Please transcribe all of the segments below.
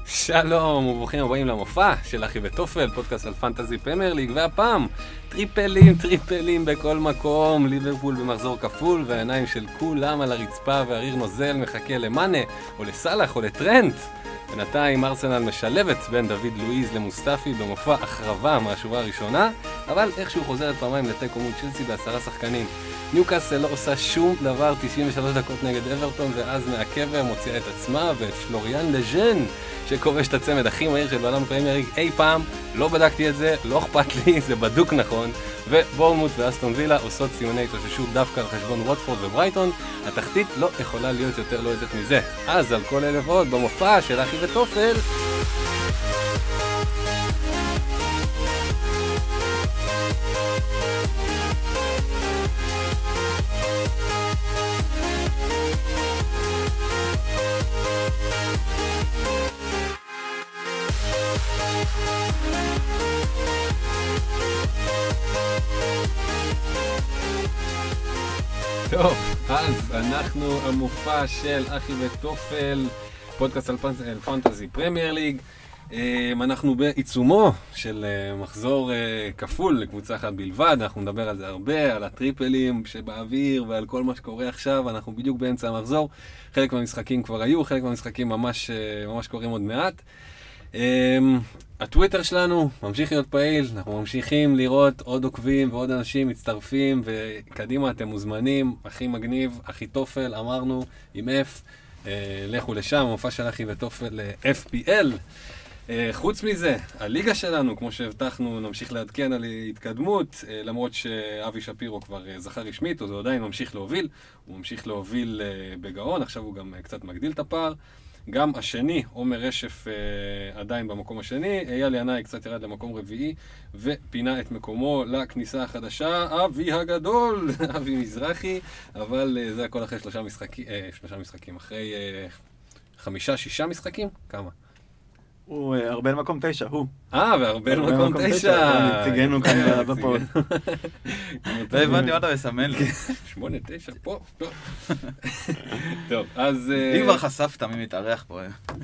שלום וברוכים הבאים למופע של אחי וטופל, פודקאסט על פנטזי פרמייר ליג, והפעם טריפלים בכל מקום, ליברפול במחזור כפול והעיניים של כולם על הרצפה והריר נוזל מחכה למאנה או לסלח או לטרנט. בינתיים ארסנל משלבת בין דוד לואיז למוסטפי במופע החרבה מהשורה הראשונה, אבל איכשהו חוזרת פעמיים לתיקו מול צ'לסי ב10 שחקנים. ניוקאסל לא עושה שום דבר 93 דקות נגד אברטון, ואז מהקבר מוציאה את עצמה ואת פלוריאן לג'ן שכובש את הצמד הכי מהיר של בעולם פרמייר ליג אי פעם. לא בדקתי את זה, לא אכפת לי, זה בדוק נכון. ובורנמוט ואסטון וילה עושות ציוני התאוששות דווקא על חשבון ווטפורד וברייטון. התחתית לא יכולה להיות יותר לא יודעת מזה. אז על כל אלה ועוד במופע של אחי וטופל. טוב, אז אנחנו המופע של אחי וטופל, פודקאסט על פנטזי פרמייר ליג. אנחנו בעיצומו של מחזור כפול לקבוצה אחת בלבד. אנחנו נדבר על זה הרבה, על הטריפלים שבאוויר ועל כל מה שקורה עכשיו. אנחנו בדיוק באמצע המחזור. חלק מהמשחקים כבר היו, חלק מהמשחקים ממש קורים עוד מעט. הטוויטר שלנו ממשיך להיות פעיל, אנחנו ממשיכים לראות עוד עוקבים ועוד אנשים מצטרפים, וקדימה אתם מוזמנים. הכי מגניב, הכי טופל, אמרנו עם F, לכו לשם, המופע של אחי וטופל FPL. חוץ מזה, הליגה שלנו, כמו שהבטחנו, נמשיך לעדכן על התקדמות, למרות שאבי שפירו כבר זכה רשמית, אז הוא עדיין ממשיך להוביל, הוא ממשיך להוביל בגאון, עכשיו הוא גם קצת מגדיל את הפער. גם השני, עומר רשף עדיין במקום השני, אייל ינאי קצת ירד למקום רביעי, ופינה את מקומו לכניסה החדשה, אבי הגדול, אבי מזרחי, אבל זה הכל אחרי שלושה משחקים, אחרי 5-6 משחקים? כמה? הוא ארבל מקום 9, הוא. וארבל מקום 9. נציגנו כאן בפוד. לא הבנתי מה אתה מסמן לי. 8-9, פה. טוב, אז... אם כבר חשפת מי מתארח פה.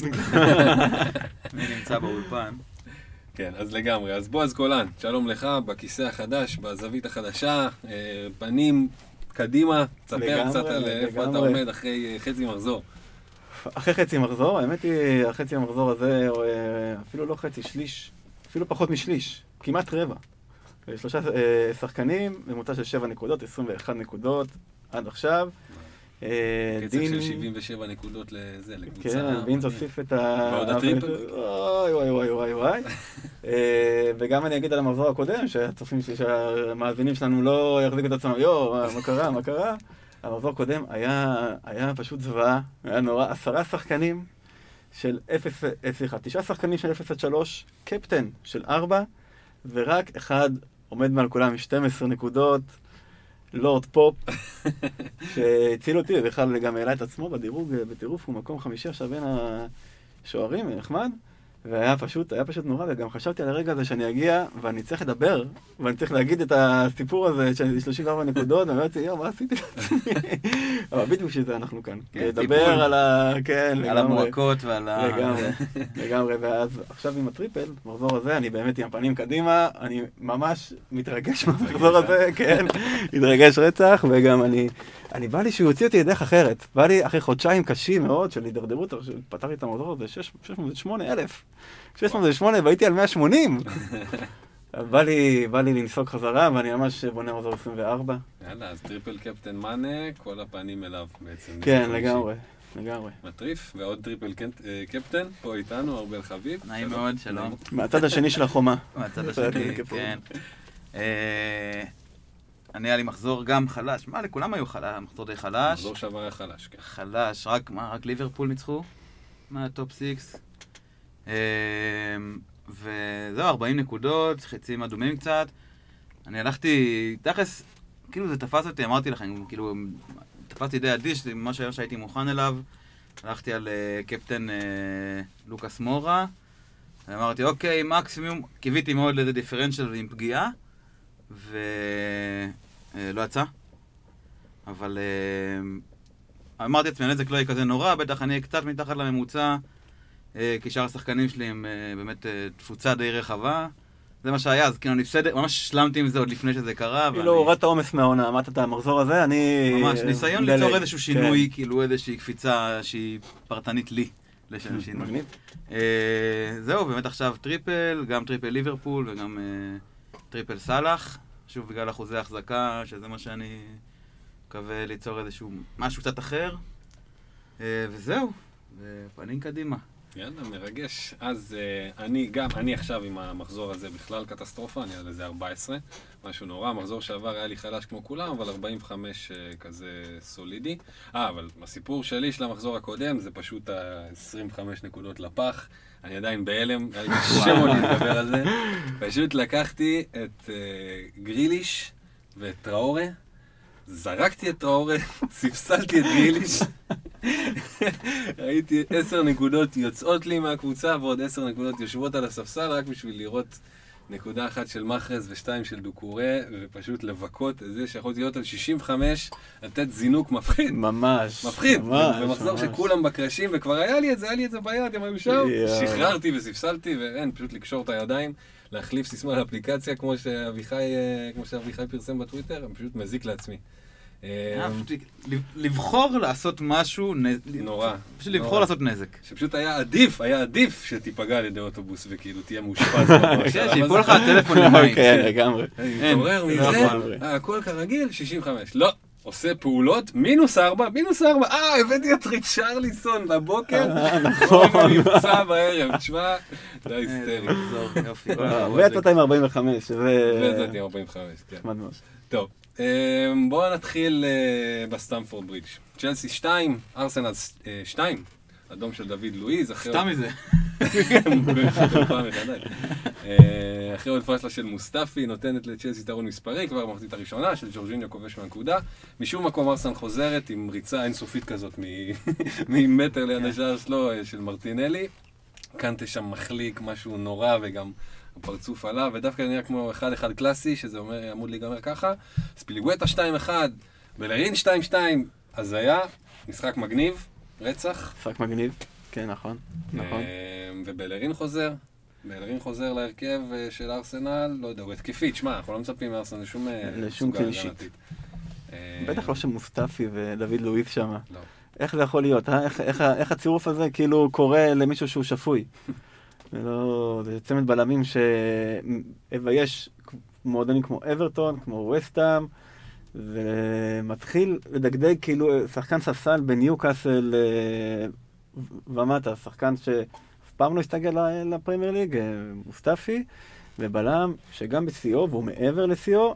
מי נמצא באולפן. כן, אז לגמרי. אז בועז קולן, שלום לך, בכיסא החדש, בזווית החדשה, פנים קדימה, תספר קצת על איפה אתה עומד אחרי חצי מחזור. אחרי חצי מחזור, האמת היא, החצי המחזור הזה, אפילו לא חצי, שליש, אפילו פחות משליש, כמעט רבע. 3 שחקנים, ממוצע של 7 נקודות, 21 נקודות עד עכשיו. קצב של 77 נקודות לזה, לקבוצה. כן, וינס הוסיף את ה... ועוד הטריפל. וואי. וגם אני אגיד על המחזור הקודם, שהמאזינים שלנו לא יחזיקו את עצמם, מה קרה? המחזור הקודם היה פשוט זוועה, היה נורא. 10 שחקנים של 9 שחקנים של 0-3, קפטן של 4, ורק אחד עומד מעל כולם עם 12 נקודות, לורד פופ, שהציל אותי, ובכלל גם העלה את עצמו בדירוג, בטירוף, הוא מקום 5 עכשיו בין השוערים, נחמד, והיה פשוט נורא, וגם חשבתי על הרגע הזה שאני אגיע, ואני צריך לדבר, ואני צריך להגיד את הסיפור הזה, שאני 34 נקודות, ואני אמרתי, מה עשיתי לעצמי? אבל בדיוק שזה אנחנו כאן. לדבר על על המועקות ועל ה... לגמרי, ואז עכשיו עם הטריפל, מחזור הזה, אני באמת עם הפנים קדימה, אני ממש מתרגש מהמחזור הזה, כן, מתרגש רצח, וגם אני בא לי שהוא יוציא אותי לדרך אחרת. בא לי אחרי חודשיים קשים מאוד של הידרדרות, פתרתי את המחזור הזה, 608 והייתי על 180. בא לי לנסוק חזרה, ואני ממש בונה מחזור 24. יאללה, אז טריפל קפטן מאנה, כל הפנים אליו בעצם. כן, לגמרי. מטריף, ועוד טריפל קפטן, פה איתנו, ארבל חביב. נעים מאוד, שלום. מהצד השני של החומה. מהצד השני, כן. אני היה לי מחזור גם חלש. לכולם היו מחזור די חלש. מחזור שעבר היה חלש, כן. חלש, רק ליברפול ניצחו מהטופ 6. וזהו, 40 נקודות, חצים אדומים קצת. אני הלכתי, תכלס, כאילו זה תפס אותי, אמרתי לכם, כאילו, תפסתי די אדיש, זה ממש היום שהייתי מוכן אליו. הלכתי על קפטן לוקאס מורה, ואמרתי, אוקיי, מקסימום, קיוויתי מאוד לאיזה דיפרנציאל עם פגיעה, ולא יצא. אבל אמרתי לעצמי, הנזק לא יהיה כזה נורא, בטח אני קצת מתחת לממוצע, כי שאר השחקנים שלי הם באמת תפוצה די רחבה. זה מה שהיה, אז כאילו אני בסדר, ממש שלמתי עם זה עוד לפני שזה קרה. כאילו הורדת עומס מהעונה, אמרת את המחזור הזה, אני... ממש, ניסיון ליצור איזשהו שינוי, כאילו איזושהי קפיצה שהיא פרטנית לי, לשם שינוי. מגניב. זהו, באמת עכשיו טריפל, גם טריפל ליברפול וגם טריפל סלאח, שוב בגלל אחוזי החזקה, שזה מה שאני מקווה ליצור איזשהו משהו קצת אחר. וזהו, ופנים קדימה. יאללה, מרגש. אז אני עכשיו עם המחזור הזה בכלל קטסטרופה, אני על איזה 14, משהו נורא. המחזור שעבר היה לי חלש כמו כולם, אבל 45 כזה סולידי. אבל הסיפור שלי של המחזור הקודם זה פשוט ה-25 נקודות לפח. אני עדיין בהלם, היה לי קשה מאוד לדבר על זה. פשוט לקחתי את גריליש ואת טראורה, זרקתי את טראורה, ספסלתי את גריליש. ראיתי 10 נקודות יוצאות לי מהקבוצה ועוד 10 נקודות יושבות על הספסל רק בשביל לראות נקודה אחת של מחרז ושתיים של דוקורה ופשוט לבקות את זה שיכולתי להיות על 65, לתת זינוק מפחיד. ממש. מפחיד. במחזור שכולם בקרשים וכבר היה לי את זה ביד, הם היו שם. שחררתי וספסלתי ואין, פשוט לקשור את הידיים, להחליף סיסמה לאפליקציה כמו שאביחי פרסם בטוויטר, אני פשוט מזיק לעצמי. לבחור לעשות משהו נורא. פשוט לבחור לעשות נזק. שפשוט היה עדיף שתיפגע על ידי אוטובוס וכאילו תהיה מאושפז. שיפול לך הטלפון למים. כן, לגמרי. מתעורר מזה, הכל כרגיל, 65. לא, עושה פעולות, -4, הבאתי את ריצ'רליסון בבוקר, נכון. מבצע בערב, תשמע, זה היסטרי. ויצאת עם 45, ויצאתי עם 45, כן. נחמד מאוד. טוב. בואו נתחיל בסטמפורד ברידג'. צ'לסי 2, ארסנל 2, אדום של דוד לואיז. סתם מזה. אחרי עוד פשלה של מוסטפי, נותנת לצ'לסי יתרון מספרי, כבר במחצית הראשונה של ג'ורג'יניו כובש מהנקודה. משום מקום ארסנל חוזרת עם ריצה אינסופית כזאת ממטר ליד השער שלו של מרטינלי. קנטה שם מחליק, משהו נורא וגם... הפרצוף עלה, ודווקא נראה כמו 1-1 קלאסי, שזה אומר, עמוד להיגמר ככה. ספיליגואטה 2-1, בלרין 2-2, אז היה משחק מגניב, רצח. משחק מגניב, כן, נכון. ובלרין חוזר להרכב של ארסנל, לא יודע, הוא התקפית, שמה, אנחנו לא מצפים מארסנל לשום קלינשיט. בטח לא שמוסטפי ודוד לואיז שם. לא. איך זה יכול להיות, איך הצירוף הזה כאילו קורה למישהו שהוא שפוי? זה צמד בלמים שיש מועדונים כמו אברטון, כמו ווסטהאם, ומתחיל לדגדג כאילו שחקן ספסל בניוקאסל ומטה, שחקן שאף פעם לא הסתגל לפרמייר ליג, מוסטפי, ובלם שגם בשיאו, והוא מעבר לשיאו,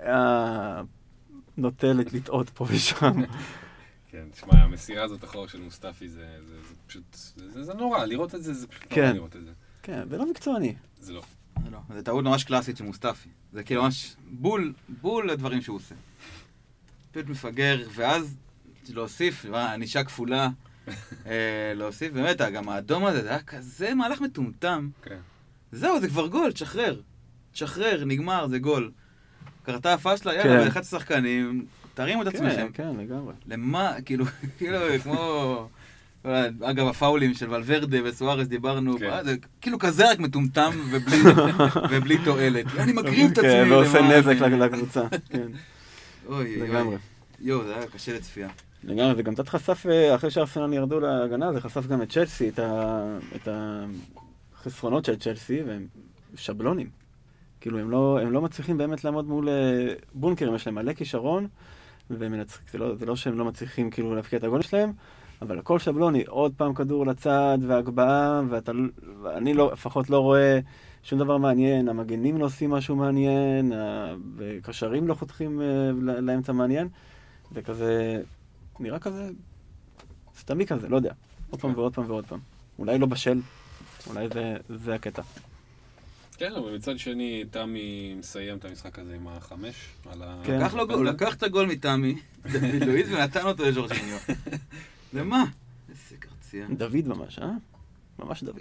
נוטלת לטעות פה ושם. כן, תשמע, המסירה הזאת אחורה של מוסטפי זה פשוט, זה נורא, לראות את זה, זה פשוט נורא לראות את זה. כן, ולא מקצועני. זה לא. זה טעות ממש קלאסית של מוסטפי. זה כאילו ממש בול לדברים שהוא עושה. פשוט מפגר, ואז להוסיף, ענישה כפולה, להוסיף, באמת, גם האדום הזה, זה היה כזה מהלך מטומטם. זהו, זה כבר גול, תשחרר, נגמר, זה גול. קרתה הפשלה, יאללה, באחד השחקנים, תרימו את עצמכם. כן, לגמרי. למה, כאילו, כמו... אגב, הפאולים של ולוורדה וסוארס דיברנו, זה כאילו כזה רק מטומטם ובלי תועלת. אני מקריב את עצמי. ועושה נזק לקבוצה. אוי, יואו, זה היה קשה לצפייה. לגמרי, זה גם קצת חשף, אחרי שארסנל ירדו להגנה, זה חשף גם את צ'לסי, את החסרונות של צ'לסי, והם שבלונים. כאילו, הם לא מצליחים באמת לעמוד מול בונקרים, יש להם מלא כישרון, זה לא שהם לא מצליחים כאילו להפקיע את הגול שלהם, אבל הכל שבלוני, עוד פעם כדור לצד והגבהה, ואני לפחות לא רואה שום דבר מעניין, המגנים לא עושים משהו מעניין, הקשרים לא חותכים לאמצע מעניין, זה כזה, נראה כזה, סתמי כזה, לא יודע, עוד פעם ועוד פעם ועוד פעם. אולי לא בשל, אולי זה הקטע. כן, אבל מצד שני, תמי מסיים את המשחק הזה עם ה5. לקח את הגול מתמי, דוד לואיז, ונתן אותו לג'ורג'יניו. למה? איזה קרצייה. דוד ממש, ממש דוד.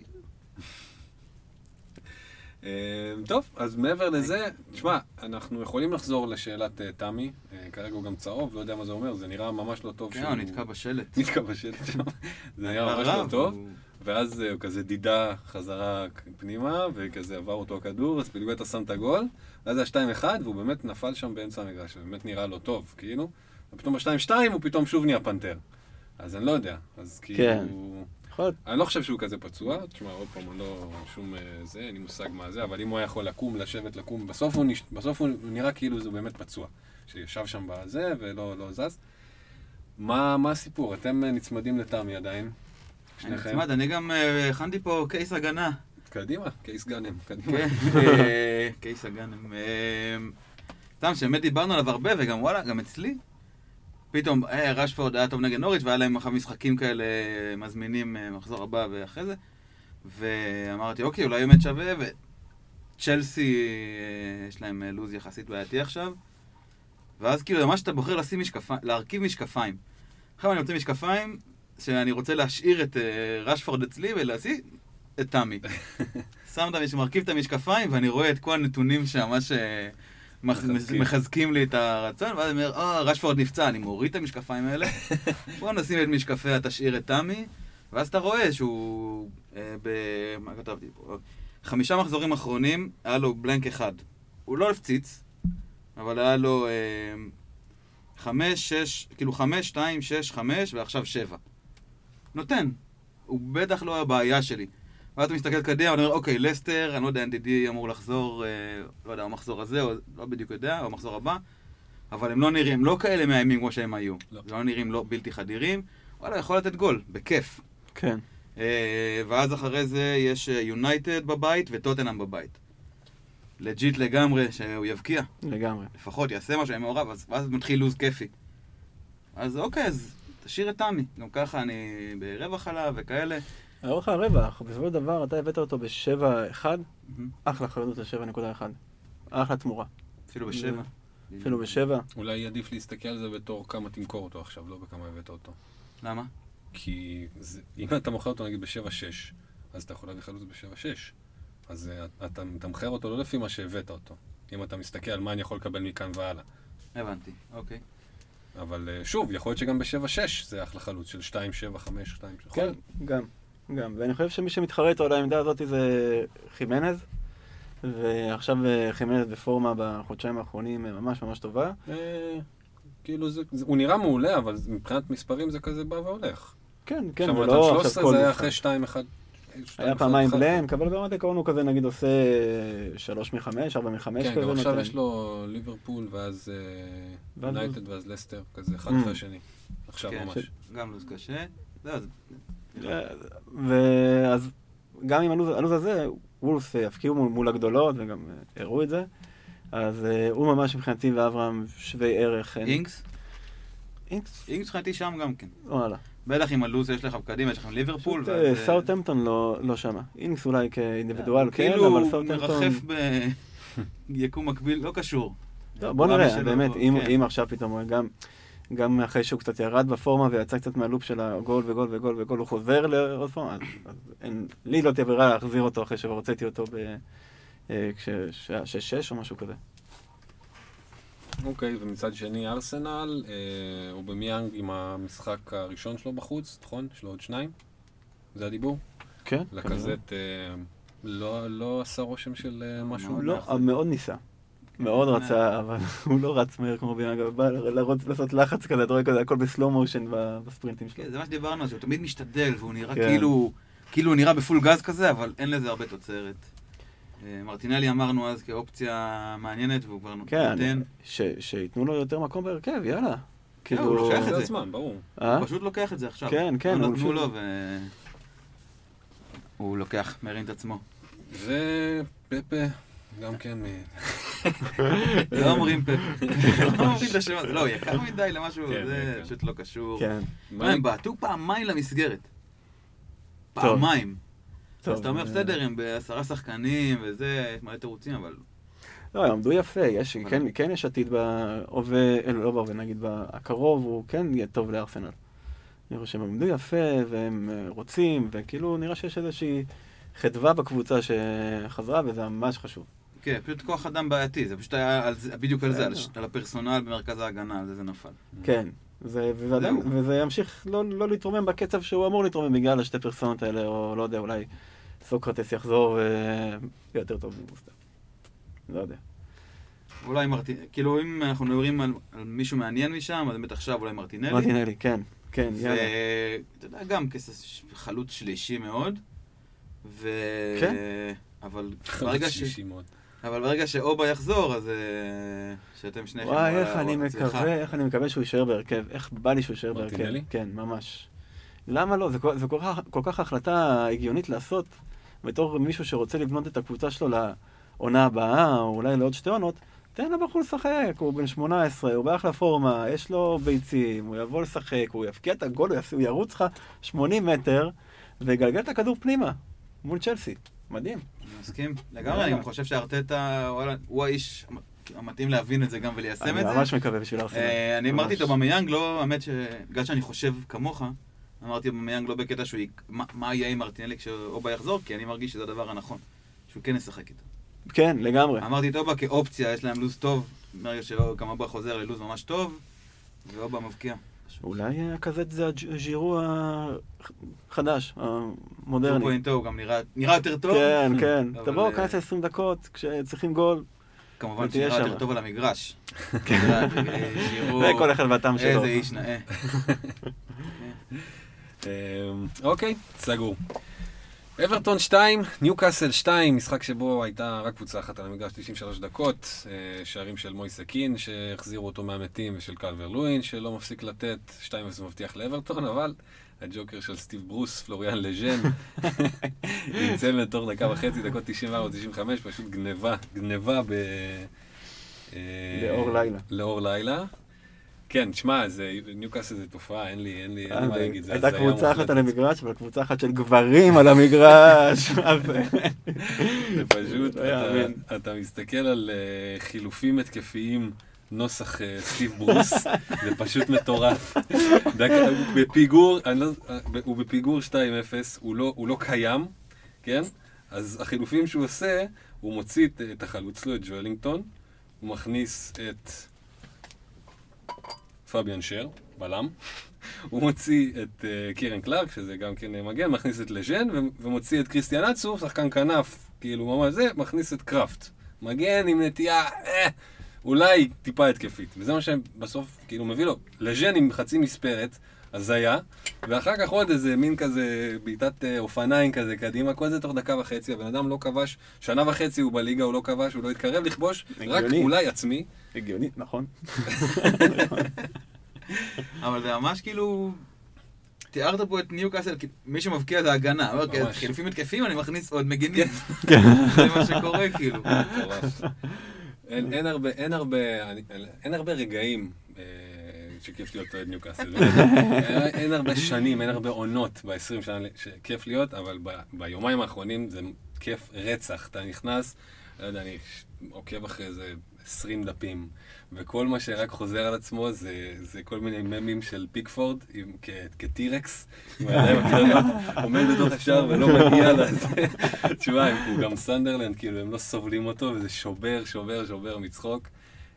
טוב, אז מעבר לזה, תשמע, אנחנו יכולים לחזור לשאלת תמי, כרגע הוא גם צהוב, לא יודע מה זה אומר, זה נראה ממש לא טוב. כן, הוא נתקע בשלט. נתקע בשלט שם, זה נראה ממש לא טוב. ואז הוא כזה דידה חזרה פנימה, וכזה עבר אותו הכדור, אז פילגואטה שם את הגול, ואז היה 2-1, והוא באמת נפל שם באמצע המגרש, ובאמת נראה לו טוב, כאילו. ופתאום ב-2-2 הוא פתאום שוב נהיה פנתר. אז אני לא יודע, אז כאילו... כן. אני לא חושב שהוא כזה פצוע, תשמע, עוד פעם, הוא לא שום זה, אין לי מושג מה זה, אבל אם הוא היה יכול לקום, לשבת, לקום, בסוף הוא נראה כאילו זה באמת פצוע, שישב שם בזה ולא זז. מה הסיפור? אתם נצמדים לתמי עדיין? נצמד, אני גם הכנתי פה קייס הגנה. קדימה, קייס גאנם, קדימה. קייס הגאנם. סתם, שבאמת דיברנו עליו הרבה, וגם וואלה, גם אצלי. פתאום, רשפורד היה טוב נגד נוריץ' והיה להם משחקים כאלה מזמינים מחזור הבא ואחרי זה. ואמרתי, אוקיי, אולי באמת שווה, וצ'לסי, יש להם לוז יחסית בעייתי עכשיו. ואז כאילו, ממש אתה בוחר להרכיב משקפיים. עכשיו אני רוצה משקפיים, שאני רוצה להשאיר את רשפורד אצלי ולהשיא את תמי. מרכיב את המשקפיים ואני רואה את כל הנתונים שממש מחזקים לי את הרצון, ואז אני אומר, רשפורד נפצע, אני מוריד את המשקפיים האלה, בואו נשים את משקפיה, תשאיר את תמי, ואז אתה רואה שהוא, מה כתבתי פה? 5 מחזורים אחרונים, היה לו בלנק אחד. הוא לא הפציץ, אבל היה לו 5, 6, כאילו 5, 2, 6, 5, ועכשיו 7. נותן. הוא בטח לא הבעיה שלי. ואז אתה מסתכל קדימה, ואני אומר, אוקיי, לסטר, אני לא יודע, NDD אמור לחזור, לא יודע, המחזור הזה, או לא בדיוק יודע, או המחזור הבא, אבל הם לא נראים, לא כאלה מאיימים כמו שהם היו. לא נראים לא בלתי חדירים, וואלה, יכול לתת גול, בכיף. כן. ואז אחרי זה יש יונייטד בבית וטוטנהאם בבית. לג'יט לגמרי שהוא יבקיע. לגמרי. לפחות יעשה משהו, היה מעורב, ואז מתחיל לוז כיפי. אז אוקיי, אז תשאיר את תמי. גם ככה אני ברווח עליו וכאלה. אורך הרווח, בסופו של דבר אתה הבאת אותו ב-7-1, אחלה חרדות ל-7.1. אחלה תמורה. אפילו ב-7. אפילו ב-7. אולי עדיף להסתכל על זה בתור כמה תמכור אותו עכשיו, לא בכמה הבאת אותו. למה? כי אם אתה מוכר אותו נגיד ב-7-6, אז אתה יכול להביא חלוץ ב-7-6. אז אתה מתמחר אותו לא לפי מה שהבאת אותו. אם אתה מסתכל על מה אני יכול לקבל מכאן והלאה. הבנתי, אוקיי. אבל שוב, יכול להיות שגם ב-7-6 זה אחלה חלוץ של 2-7-5, 2... כן, גם. ואני חושב שמי שמתחרה איתו על העמדה הזאת זה חימנז. ועכשיו חימנז בפורמה בחודשיים האחרונים ממש ממש טובה. כאילו הוא נראה מעולה, אבל מבחינת מספרים זה כזה בא והולך. כן, זה לא עכשיו כל... זה היה אחרי 2-1. היה פעמיים בלנק, אבל ברמת העיקרון הוא כזה נגיד עושה 3 מ-5, 4 מ-5 כזה. כן, גם עכשיו יש לו ליברפול ואז יונייטד ואז לסטר, כזה אחד אחרי השני. עכשיו ממש. גם לוז קשה. ואז גם עם הלוז הזה, וולס יפקיעו מול הגדולות וגם הראו את זה. אז הוא ממש מבחינתי ואברהם שווי ערך. אינקס? אינקס מבחינתי שם גם כן. וואלה. בטח עם הלוז יש לך בקדימה, יש לכם ליברפול. סאוטהמפטון לא שמה. אינקס אולי כאינדיבידואל כן, אבל סאוטהמפטון... כאילו מרחף ביקום מקביל, לא קשור. בוא נראה, באמת, אם עכשיו פתאום גם אחרי שהוא קצת ירד בפורמה ויצא קצת מהלופ של הגול וגול וגול וגול, הוא חוזר לעוד פורמה, אז לי לא תהיה ברירה להחזיר אותו אחרי שהוצאתי אותו ב-6 או משהו כזה. אוקיי, ומצד שני ארסנל, הוא במיאנג עם המשחק הראשון שלו בחוץ, נכון? יש לו עוד 2? זה הדיבור? כן. לקזט לא עשה רושם של משהו? לא, מאוד ניסה. מאוד רצה, אבל הוא לא רץ מהר כמו ביאנג, הוא בא לעשות לחץ כזה, אתה רואה כזה, הכל בסלו מושן בספרינטים שלו. כן, זה מה שדיברנו על זה, הוא תמיד משתדל, והוא נראה כאילו הוא נראה בפול גז כזה, אבל אין לזה הרבה תוצרת. מרטינלי אמרנו אז כאופציה מעניינת, והוא כבר נותן. כן, שיתנו לו יותר מקום בהרכב, יאללה. הוא לוקח את זה. הזמן, ברור. הוא פשוט לוקח את זה עכשיו. כן. הוא נתנו לו והוא לוקח, מרים את עצמו. ופפה, גם כן... לא אומרים פפה. לא אומרים את השם הזה. לא, יקר מדי למשהו, זה פשוט לא קשור. כן. הם בעטו פעמיים למסגרת. פעמיים. אז אתה אומר, בסדר, הם ב10 שחקנים וזה, יש מלא תירוצים, אבל... לא, הם עמדו יפה, כן יש עתיד בהווה, לא בהווה, נגיד הקרוב, הוא כן יהיה טוב לארסנל. אני חושב שהם עמדו יפה, והם רוצים, וכאילו נראה שיש איזושהי חדווה בקבוצה שחזרה, וזה ממש חשוב. כן, פשוט כוח אדם בעייתי, זה פשוט היה בדיוק על זה, על הפרסונל במרכז ההגנה, על זה נפל. כן, וזה ימשיך לא להתרומם בקצב שהוא אמור להתרומם בגלל השתי פרסונות האלה, או לא יודע, אולי סוקרטס יחזור יותר טוב מבוסטר. לא יודע. אולי כאילו אם אנחנו מדברים על מישהו מעניין משם, אז באמת עכשיו אולי מרטינלי. מרטינלי, כן, יאללה. ואתה יודע, גם כחלוץ שלישי מאוד. כן? אבל ברגע שאובה יחזור, אז שאתם שניכם... וואי, איך אני מקווה שהוא יישאר בהרכב. איך בא לי שהוא יישאר בהרכב. מרטינלי? כן, ממש. למה לא? זה כל כך החלטה הגיונית לעשות, בתור מישהו שרוצה לבנות את הקבוצה שלו לעונה הבאה, או אולי לעוד 2 עונות, תן לבחור לשחק, הוא בן 18, הוא באחלה פורמה, יש לו ביצים, הוא יבוא לשחק, הוא יפקיע את הגול, הוא ירוץ לך 80 מטר, ויגלגל את הכדור פנימה, מול צ'לסי. מדהים. אני מסכים. לגמרי, אני גם חושב שארטטה הוא האיש המתאים להבין את זה גם וליישם את זה. אני ממש מקווה בשביל ארסנל. אני אמרתי אותו אובמיאנג, לא, האמת שבגלל שאני חושב כמוך, אמרתי אובמיאנג לא בקטע שהוא, מה יהיה עם מרטינלי כשאובה יחזור, כי אני מרגיש שזה הדבר הנכון, שהוא כן ישחק איתו. כן, לגמרי. אמרתי את אובה כאופציה, יש להם לוז טוב, מרגע שגם אובה חוזר ללוז ממש טוב, ואובה מבקיע. אולי כזה זה הג'ירו החדש, המודרני. 2.0 הוא גם נראה יותר טוב. כן. תבואו, כנס 20 דקות, כשצריכים גול. כמובן שנראה יותר טוב על המגרש. וכל אחד והטעם שלו. איזה איש נאה. אוקיי, סגור. אברטון 2, ניוקאסל 2, משחק שבו הייתה רק קבוצה אחת על המגרש 93 דקות, שערים של מויס קין שהחזירו אותו מהמתים ושל קלבר לואין שלא מפסיק לתת, 2-0 מבטיח לאברטון, אבל הג'וקר של סטיב ברוס, פלוריאן לג'ן, נמצא לתוך דקה וחצי, דקות 94-95, פשוט גניבה לאור לילה. כן, תשמע, ניוקאסל זה תופעה, אין לי מה להגיד. הייתה קבוצה אחת על המגרש, אבל קבוצה אחת של גברים על המגרש. זה פשוט, אתה מסתכל על חילופים התקפיים נוסח סטיב ברוס, זה פשוט מטורף. הוא בפיגור 2-0, הוא לא קיים, כן? אז החילופים שהוא עושה, הוא מוציא את החלוץ לו, את ג'ואלינגטון, הוא מכניס את פאביאן שר, בלם, הוא מוציא את קירן קלארק, שזה גם כן מגן, מכניס את לג'ן, ומוציא את קריסטיאן אצו, שחקן כנף, כאילו ממש זה, מכניס את קראפט. מגן עם נטייה, אולי טיפה התקפית. וזה מה שבסוף כאילו מביא לו. לג'ן עם חצי מספרת, הזיה, ואחר כך עוד איזה מין כזה, בעיטת אופניים כזה קדימה, כל זה תוך דקה וחצי, הבן אדם לא כבש, 1.5 שנה הוא בליגה, הוא לא כבש, הוא לא התקרב לכבוש, רק אולי עצמי. הגיוני, נכון. אבל זה ממש כאילו, תיארת פה את ניוקאסל, מי שמבקיע זה הגנה, חילופים התקפים אני מכניס עוד מגינים. זה מה שקורה כאילו. אין הרבה רגעים שכיף להיות את ניוקאסל. אין הרבה שנים, אין הרבה עונות ב-20 שנה שכיף להיות, אבל ביומיים האחרונים זה כיף רצח. אתה נכנס, לא יודע, אני עוקב אחרי איזה 20 דפים, וכל מה שרק חוזר על עצמו זה כל מיני ממים של פיקפורד כטירקס, עם הידיים הקטנות, עומד בתוך השער ולא מגיע לזה. תשמע, הוא גם סנדרלנד, כאילו הם לא סובלים אותו, וזה שובר מצחוק.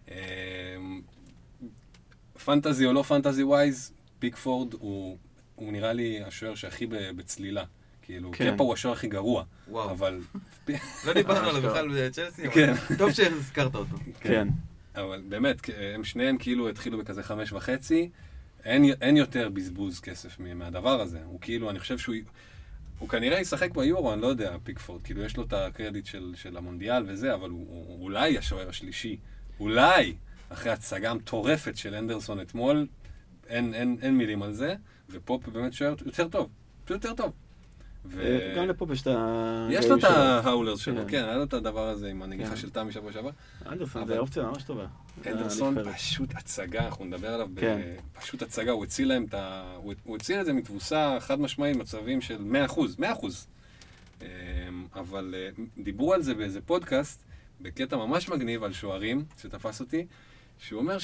פנטזי או לא פנטזי ווייז, פיקפורד הוא נראה לי השוער שהכי בצלילה. כאילו, קפה הוא השוער הכי גרוע. אבל... לא דיברנו עליו בכלל בצ'לסי, אבל טוב שהזכרת אותו. כן. אבל באמת, הם שניהם כאילו התחילו בכזה 5.5, אין יותר בזבוז כסף מהדבר הזה. הוא כאילו, אני חושב הוא כנראה ישחק ביורו, אני לא יודע, פיקפורד. כאילו, יש לו את הקרדיט של המונדיאל וזה, אבל הוא אולי השוער השלישי. אולי! אחרי הצגה מטורפת של אנדרסון אתמול, אין מילים על זה, ופה באמת שוער יותר טוב. פשוט יותר טוב. גם לפה יש את ה... יש לו את ההאולרס שלו, כן, היה לו את הדבר הזה עם הנגיחה של תמי שבוע שעבר. אנדרסון זה אופציה ממש טובה. אנדרסון פשוט הצגה, אנחנו נדבר עליו פשוט הצגה, הוא הציל להם הוא הציל את זה מתבוסה חד משמעית, מצבים של 100%. אבל דיברו על זה באיזה פודקאסט, בקטע ממש מגניב על שוערים, שתפס אותי, שהוא אומר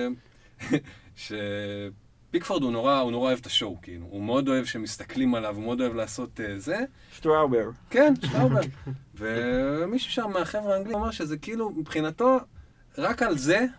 פיקפורד הוא נורא אוהב את השואו, כאילו. הוא מאוד אוהב שמסתכלים עליו, הוא מאוד אוהב לעשות זה. שטראובר. כן, שטראובר. ומישהו שם מהחבר'ה האנגלים אומר שזה כאילו, מבחינתו, רק על זה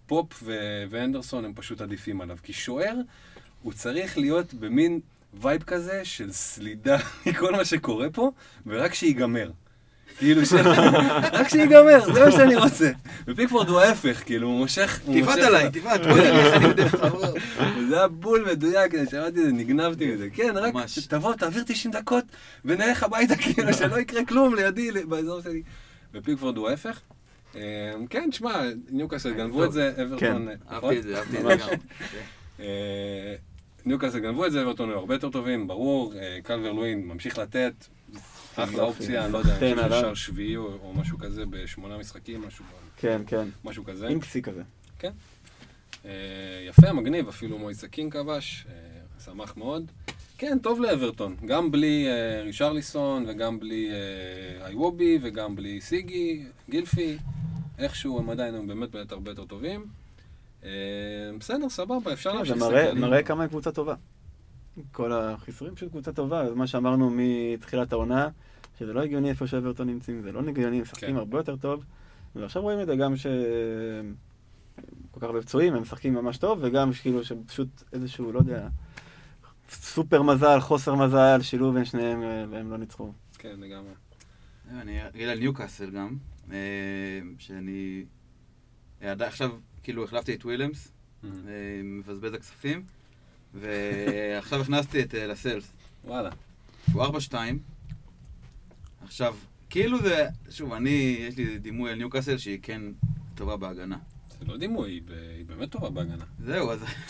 פופ ואנדרסון הם פשוט עדיפים עליו, כי שוער הוא צריך להיות במין וייב כזה של סלידה מכל מה שקורה פה, ורק שיגמר. כאילו רק שיגמר, זה מה שאני רוצה. ופיקפורד הוא ההפך, כאילו, הוא מושך... תיפת עליי, תיפת, אני יודע חבור. וזה היה בול מדויק, שמעתי את זה, נגנבתי מזה. כן, רק תבוא, תעביר 90 דקות, ונלך הביתה, כאילו, שלא יקרה כלום לידי, באזור שלי. ופיקפורד הוא ההפך. כן, תשמע, ניוקאסל גנבו את זה, אברטון... אהבתי את זה גם. ניוקאסל גנבו את זה, אברטון היו הרבה יותר טובים, ברור, קלבר לואין ממשיך לתת, אחלה אופציה, אני לא יודע, אני חושב שער שביעי או משהו כזה ב8 משחקים, משהו כזה. אינקסי כזה. כן. יפה, מגניב, אפילו מויסה קינג כבש, שמח מאוד. כן, טוב לאברטון, גם בלי רישרליסון וגם בלי איוובי וגם בלי סיגי, גילפי, איכשהו הם עדיין באמת הרבה יותר טובים. בסדר, סבבה, אפשר להמשיך זה מראה כמה היא קבוצה טובה. כל החיסורים פשוט קבוצה טובה, זה מה שאמרנו מתחילת העונה, שזה לא הגיוני איפה שאברטון נמצאים, זה לא הגיוני, הם משחקים הרבה יותר טוב, ועכשיו רואים את זה גם שכל כך הרבה פצועים, הם משחקים ממש טוב, וגם כאילו שפשוט איזשהו, לא יודע, סופר מזל, חוסר מזל, שילוב בין שניהם, והם לא ניצחו. כן, לגמרי. אני אגיד על ניוקאסל גם, שאני עכשיו כאילו החלפתי את וויליאמס, מבזבז הכספים, ועכשיו הכנסתי את לסלס. וואלה. הוא 4-2. עכשיו, כאילו זה, שוב, יש לי דימוי על ניוקאסל שהיא כן טובה בהגנה. זה לא דימוי, היא באמת טובה בהגנה. זהו,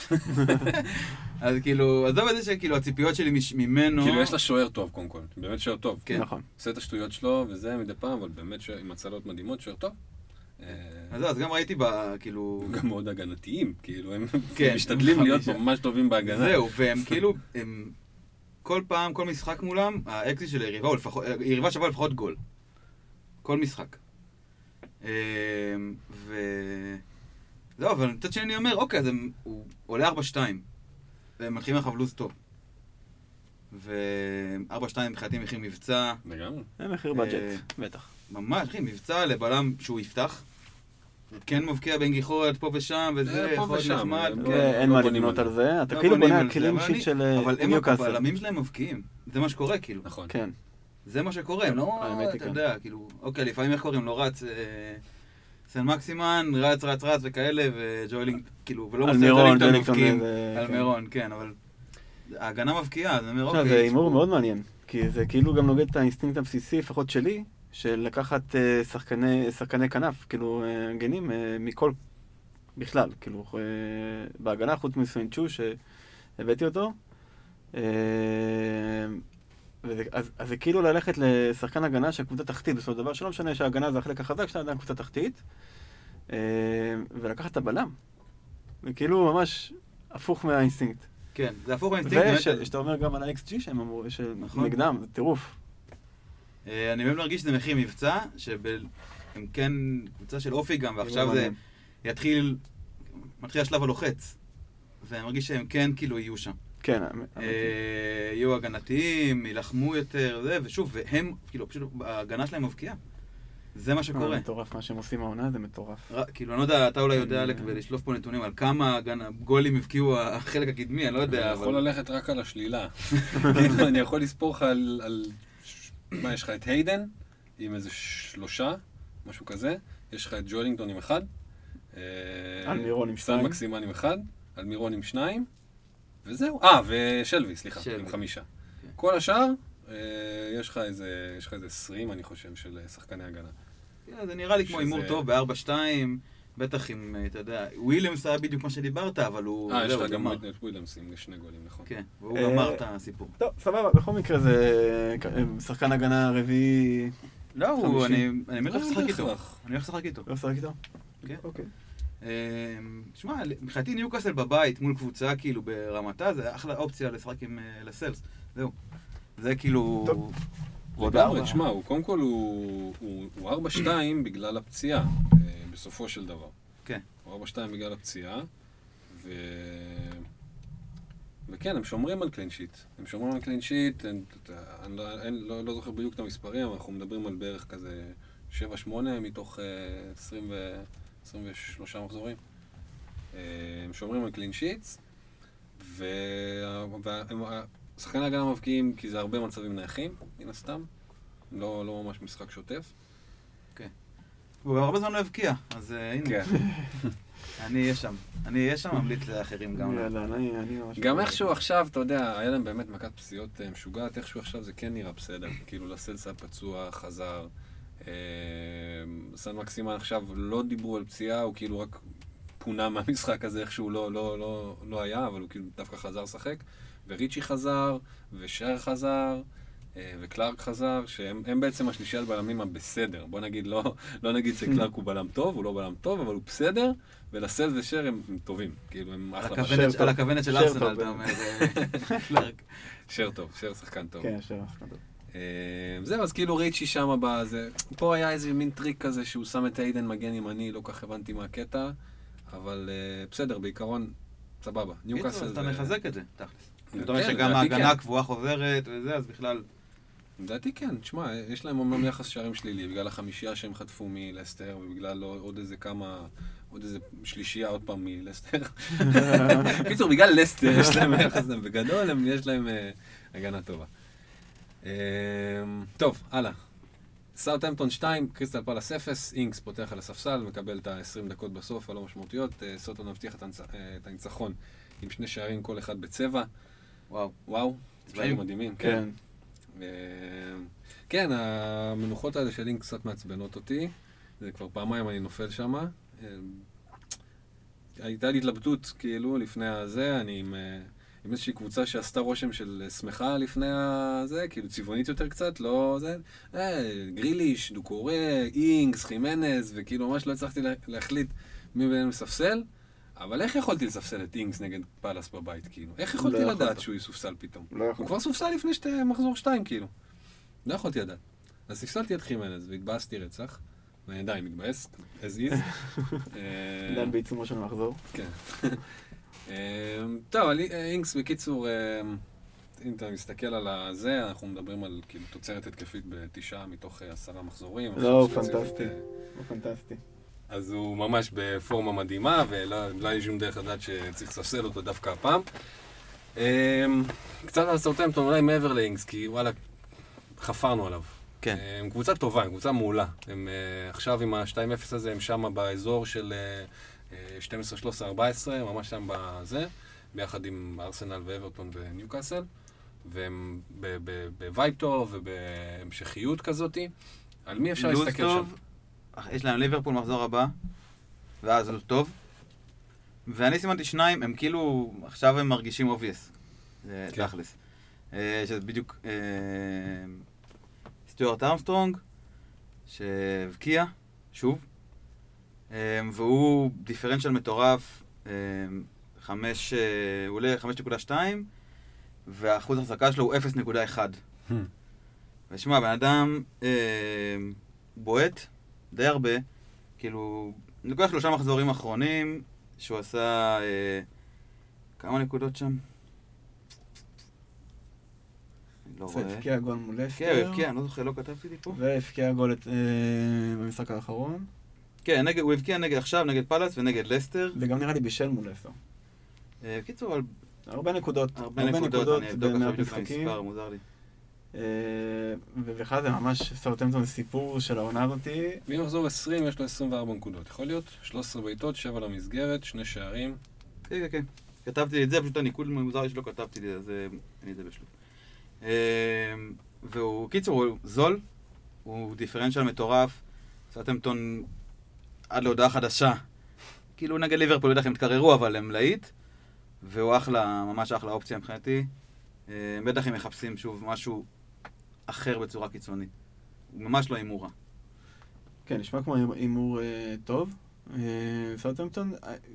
אז כאילו, עזוב את זה שכאילו הציפיות שלי ממנו... כאילו יש לה שוער טוב קודם כל, באמת שוער טוב. כן. נכון. עושה את השטויות שלו וזה מדי פעם, אבל באמת עם הצלות מדהימות, שוער טוב. אז גם ראיתי כאילו... גם מאוד הגנתיים, כאילו, הם משתדלים להיות ממש טובים בהגנה. זהו, והם כאילו, כל פעם, כל משחק מולם, האקזיט של היריבה שווה לפחות גול. כל משחק. זהו, אבל מצד שני אני אומר, אוקיי, אז הוא עולה 4-2, והם מתחילים לך לוז טוב. ו4-2 מבחינתי מחיר מבצע. לגמרי. זה מחיר בג'ט, בטח. ממש, אחי, מבצע לבלם שהוא יפתח. כן מבקיע בנגיחות פה ושם, וזה יכול להיות נחמד. אין מה לבנות על זה, אתה כאילו בונה על כלים שיט של ניוקאסל. אבל הבלמים שלהם מבקיעים, זה מה שקורה כאילו. נכון. כן. זה מה שקורה, לא, אתה יודע, כאילו, אוקיי, לפעמים איך קוראים, לא רץ, סן מקסימן, רץ וכאלה, וג'וילינג, כאילו, ולא מוסר ג'וילינגטון מבקיעים. על מירון, כן, אבל ההגנה מבקיעה, אז אני אומר, אוקיי. זה הימור מאוד מעניין, כי זה כאילו גם נוגד את האינסטינקט הבסיסי, לפחות שלי, של לקחת שחקני כנף, כאילו, גנים מכל, בכלל, כאילו, בהגנה, חוץ מסוינצ'ו, שהבאתי אותו, אז זה כאילו ללכת לשחקן הגנה של קבוצה תחתית, בסופו של דבר, שלא משנה שההגנה זה החלק החזק, שאתה עדיין קבוצה תחתית, ולקחת את הבלם. וכאילו ממש הפוך מהאינסטינקט. כן, זה הפוך מהאינסטינקט. ושאתה אומר גם על ה-XG שהם אמרו, שנגדם, זה טירוף. אני באמת מרגיש שזה מחיר מבצע, שהם כן קבוצה של אופי גם, ועכשיו זה מתחיל השלב הלוחץ. ואני מרגיש שהם כן כאילו יהיו שם. כן, יהיו הגנתיים, ילחמו יותר, זה, ושוב, והם, כאילו, פשוט, ההגנה שלהם מבקיעה. זה מה שקורה. זה מטורף, מה שהם עושים העונה זה מטורף. כאילו, אני לא יודע, אתה אולי יודע לשלוף פה נתונים על כמה גולים הבקיעו החלק הקדמי, אני לא יודע, אבל... אני יכול ללכת רק על השלילה. אני יכול לספור לך על... מה, יש לך את היידן, עם איזה 3, משהו כזה. יש לך את ג'וילינגטון עם 1. אלמירון עם 2. סן מקסימן עם 1. אלמירון עם 2. וזהו. ושלוי, סליחה, עם 5. כל השאר, יש לך איזה 20, אני חושב, של שחקני הגנה. זה נראה לי כמו אימור טוב ב-4-2, בטח אם, אתה יודע, וויליאמס היה בדיוק מה שדיברת, אבל הוא... יש לך גם את וויליאמס עם 2 גולים, נכון. כן, והוא גמר את הסיפור. טוב, סבבה, בכל מקרה זה שחקן הגנה רביעי... לא, אני הולך לשחק איתו. אני הולך לשחק איתו. לא לשחק איתו? כן. אוקיי. תשמע, מבחינתי ניוקאסל בבית מול קבוצה כאילו ברמתה, זה אחלה אופציה לשחק עם לסלס. זהו. זה כאילו... לגמרי, תשמע, קודם כל הוא 4-2 בגלל הפציעה, בסופו של דבר. כן. הוא 4-2 בגלל הפציעה, וכן, הם שומרים על קלין שיט. הם שומרים על קלין שיט, אני לא זוכר בדיוק את המספרים, אנחנו מדברים על בערך כזה 7-8 מתוך 23 מחזורים. הם שומרים על קלין שיטס, שחקני ההגנה מבקיעים כי זה הרבה מצבים נייחים, מן הסתם. לא ממש משחק שוטף. כן. הוא הרבה זמן לא הבקיע, אז הנה. אני אהיה שם, ממליץ לאחרים גם. גם איכשהו עכשיו, אתה יודע, היה להם באמת מכת פציעות משוגעת, איכשהו עכשיו זה כן נראה בסדר. כאילו לסלסה פצוע, חזר. סן מקסימן עכשיו לא דיברו על פציעה, הוא כאילו רק פונה מהמשחק הזה, איכשהו לא היה, אבל הוא כאילו דווקא חזר לשחק. וריצ'י חזר, ושר חזר, וקלארק חזר, שהם בעצם השלישי על בלמים הבסדר. בוא נגיד, לא נגיד שקלארק הוא בלם טוב, הוא לא בלם טוב, אבל הוא בסדר, ולסל ושר הם טובים. כאילו, הם אחלה בלם. על הכוונת של ארסנל, אתה אומר, קלארק. שר טוב, שר שחקן טוב. כן, שר שחקן טוב. זהו, אז כאילו ריצ'י שם בזה. פה היה איזה מין טריק כזה שהוא שם את איידן מגן ימני, לא כך הבנתי מה הקטע, אבל בסדר, בעיקרון, סבבה. ניוקאסל אתה מחזק את זה, תכלס. זאת אומרת שגם ההגנה הקבועה חוזרת וזה, אז בכלל... לדעתי כן, תשמע, יש להם אומנם יחס שערים שלילי, בגלל החמישייה שהם חטפו מלסטר, ובגלל עוד איזה שלישייה עוד פעם מלסטר. קיצור, בגלל לסטר יש להם יחס, בגדול יש להם הגנה טובה. טוב, הלאה. סאות'המפטון 2, קריסטל פלאס 0, אינקס פותח על הספסל, מקבל את ה-20 דקות בסוף, הלא משמעותיות. סאות'המפטון מבטיח את הניצחון עם 2 שערים, כל אחד בצבע. וואו, צבעים מדהימים, כן. כן, המנוחות האלה של אינקס קצת מעצבנות אותי. זה כבר פעמיים אני נופל שם. הייתה לי התלבטות, כאילו, לפני הזה, אני עם איזושהי קבוצה שעשתה רושם של שמחה לפני הזה, כאילו צבעונית יותר קצת, לא זה. גריליש, דוקורי, אינקס, חימנז, וכאילו ממש לא הצלחתי להחליט מי בינינו מספסל. אבל איך יכולתי לספסל את אינקס נגד פלאס בבית, כאילו? איך יכולתי לדעת שהוא יסופסל פתאום? הוא כבר סופסל לפני מחזור 2, כאילו. לא יכולתי לדעת. אז ספסלתי את חימנז והתבאסתי רצח, ואני עדיין מתבאס, as is. עדיין בעיצומו של מחזור. כן. טוב, אינקס בקיצור, אם אתה מסתכל על זה, אנחנו מדברים על כאילו תוצרת התקפית ב9 מתוך 10 מחזורים. לא, פנטסטי. פנטסטי. אז הוא ממש בפורמה מדהימה, ולא היה שום דרך לדעת שצריך לספסל אותו דווקא הפעם. קצת על סאות'המפטון, אולי מעבר לאינקס, כי וואלה, חפרנו עליו. כן. הם קבוצה טובה, הם קבוצה מעולה. הם עכשיו עם ה-2-0 הזה, הם שם באזור של 12, 13, 14, ממש שם בזה, ביחד עם ארסנל ואברטון וניוקאסל, והם בווייב טוב ובהמשכיות כזאת. על מי אפשר להסתכל שם? יש להם ליברפול מחזור הבא, ואז זה טוב. ואני סימנתי 2, הם כאילו, עכשיו הם מרגישים obvious. זה תכלס. שזה בדיוק סטיוארט ארמסטרונג, שהבקיע, שוב. והוא דיפרנציאל מטורף, הוא עולה 5.2, והאחוז החזקה שלו הוא 0.1. ושמע, בן אדם בועט, די הרבה, כאילו, נקודה 3 מחזורים אחרונים, שהוא עשה כמה נקודות שם? לא רואה. והפקיע גול מול לסטר. כן, הוא הפקיע, אני לא זוכר, לא כתבתי לי פה. והפקיע גול במשחק האחרון. כן, הוא הבקיע עכשיו נגד פלאס ונגד לסטר. וגם נראה לי בישל מול לסטר. קיצור, על... הרבה נקודות. הרבה נקודות, אני אבדוק עכשיו בדיוק המספר, מוזר לי. ובכלל זה ממש סאות'המפטון זה סיפור של העונה הזאתי. ממחזור 20 יש לו 24 נקודות, יכול להיות? 13 בעיטות, 7 למסגרת, 2 שערים. כן, כן, כן. כתבתי לי את זה, פשוט הניקוד מוזר לי שלא כתבתי לי, אז אין את זה בשלוב. והוא, קיצור, הוא זול, הוא דיפרנציאל מטורף, סאות'המפטון עד להודעה חדשה. כאילו נגד ליברפול, לא יודע איך הם תקררו, אבל הם להיט, והוא אחלה, ממש אחלה אופציה מבחינתי. בטח הם מחפשים שוב משהו אחר בצורה קיצונית. הוא ממש לא אימורה. כן, נשמע כמו אימור טוב. סאות'המפטון,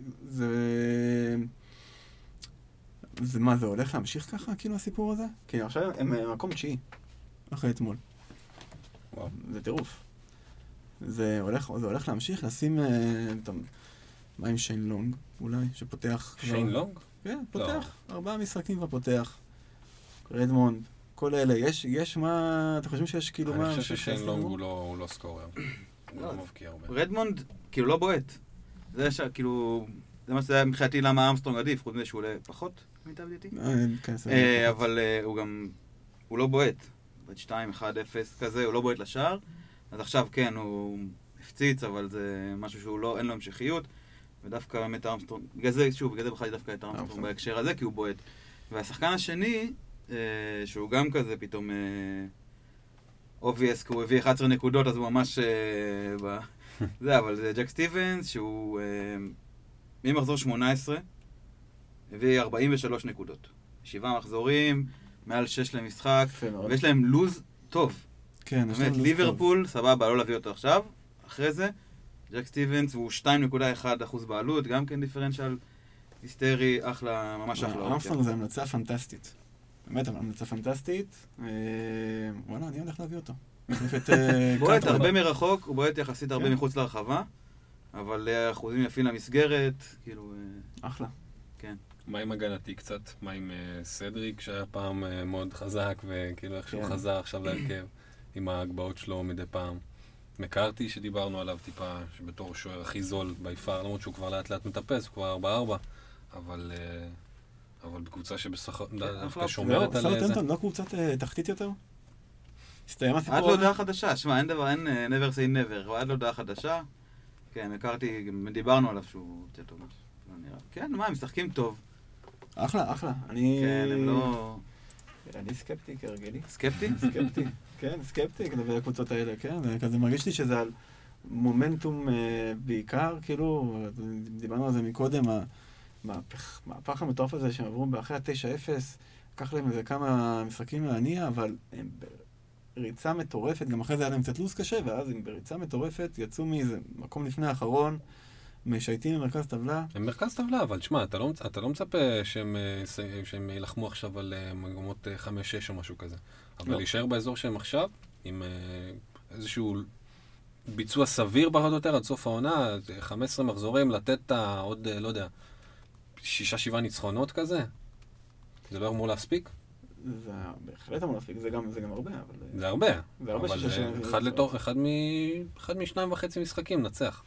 זה מה, זה הולך להמשיך ככה, כאילו, הסיפור הזה? כי עכשיו הם מקום 9, אחרי אתמול. וואו, זה טירוף. זה הולך להמשיך, לשים, מה עם שיין לונג, אולי, שפותח... שיין לונג? כן, פותח, 4 משחקים ופותח. רדמונד, כל אלה, יש מה, אתה חושבים שיש כאילו מה... אני חושב ששיין לונג הוא לא סקורר. הוא לא מבקיע הרבה. רדמונד, כאילו, לא בועט. זה זה מה שזה מבחינתי למה אמסטרונג עדיף, חוץ מזה שהוא עולה פחות, מיטב ידיעתי. אבל הוא גם, הוא לא בועט. בועט 2-1-0 כזה, הוא לא בועט לשער. אז עכשיו כן, הוא הפציץ, אבל זה משהו שהוא לא, אין לו המשכיות. ודווקא באמת אמסטרונג, בגלל זה בחרתי דווקא את אמסטרונג בהקשר הזה, כי הוא בועט. והשחקן השני, שהוא גם כזה פתאום obvious, כי הוא הביא 11 נקודות, אז הוא ממש זה, אבל זה ג'ק סטיבנס, שהוא ממחזור 18, הביא 43 נקודות. 7 מחזורים, מעל 6 למשחק, ויש להם לוז טוב. כן, יש להם לוז טוב. ליברפול, סבבה, לא להביא אותו עכשיו. אחרי זה, ג'ק סטיבנס הוא 2.1% בעלות, גם כן דיפרנציאל היסטרי, אחלה, ממש אחלה. אמסטרונג זה המלצה פנטסטית. באמת, המלצה פנטסטית. וואלה, אני הולך להביא אותו. בועט הרבה מרחוק, הוא בועט יחסית הרבה מחוץ לרחבה, אבל אחוזים יפים למסגרת, כאילו... אחלה. כן. מה עם הגנתי קצת? מה עם סדריק, שהיה פעם מאוד חזק, וכאילו איכשהו חזר עכשיו להרכב, עם ההגבהות שלו מדי פעם. מקארתי שדיברנו עליו טיפה, שבתור שוער הכי זול ביפר, למרות שהוא כבר לאט לאט מטפס, הוא כבר 4-4, אבל בקבוצה שבדווקא שומרת על זה. סאות'המפטון לא קבוצת תחתית יותר? הסתיים הסיפור? עד להודעה חדשה, שמע, אין דבר, אין never say never, עד להודעה חדשה. כן, מקארתי, דיברנו עליו שהוא יוצא טוב. כן, מה, הם משחקים טוב. אחלה. כן, הם לא... אני סקפטי כרגלי. סקפטי? סקפטי. כן, סקפטי לגבי הקבוצות האלה, כן. כזה מרגיש לי שזה על מומנטום בעיקר, כאילו, דיברנו על זה מקודם, מהפך המטורף הזה שהם עברו באחרי ה-9-0, לקח להם איזה כמה משחקים להניע, אבל הם בריצה מטורפת, גם אחרי זה היה להם קצת לו"ז קשה, ואז הם בריצה מטורפת יצאו מאיזה מקום לפני האחרון, משייטים במרכז טבלה. הם מרכז טבלה, אבל תשמע, אתה לא מצפה שהם ילחמו עכשיו על מגמות 5-6 או משהו כזה. אבל להישאר באזור שהם עכשיו, עם איזשהו ביצוע סביר פחות או יותר עד סוף העונה, 15 מחזורים, לתת עוד, לא יודע, 6-7 ניצחונות כזה? זה לא אמור להספיק? זה בהחלט אמור להספיק, זה גם הרבה, אבל... זה הרבה. זה הרבה אחד מ2.5 משחקים נצח.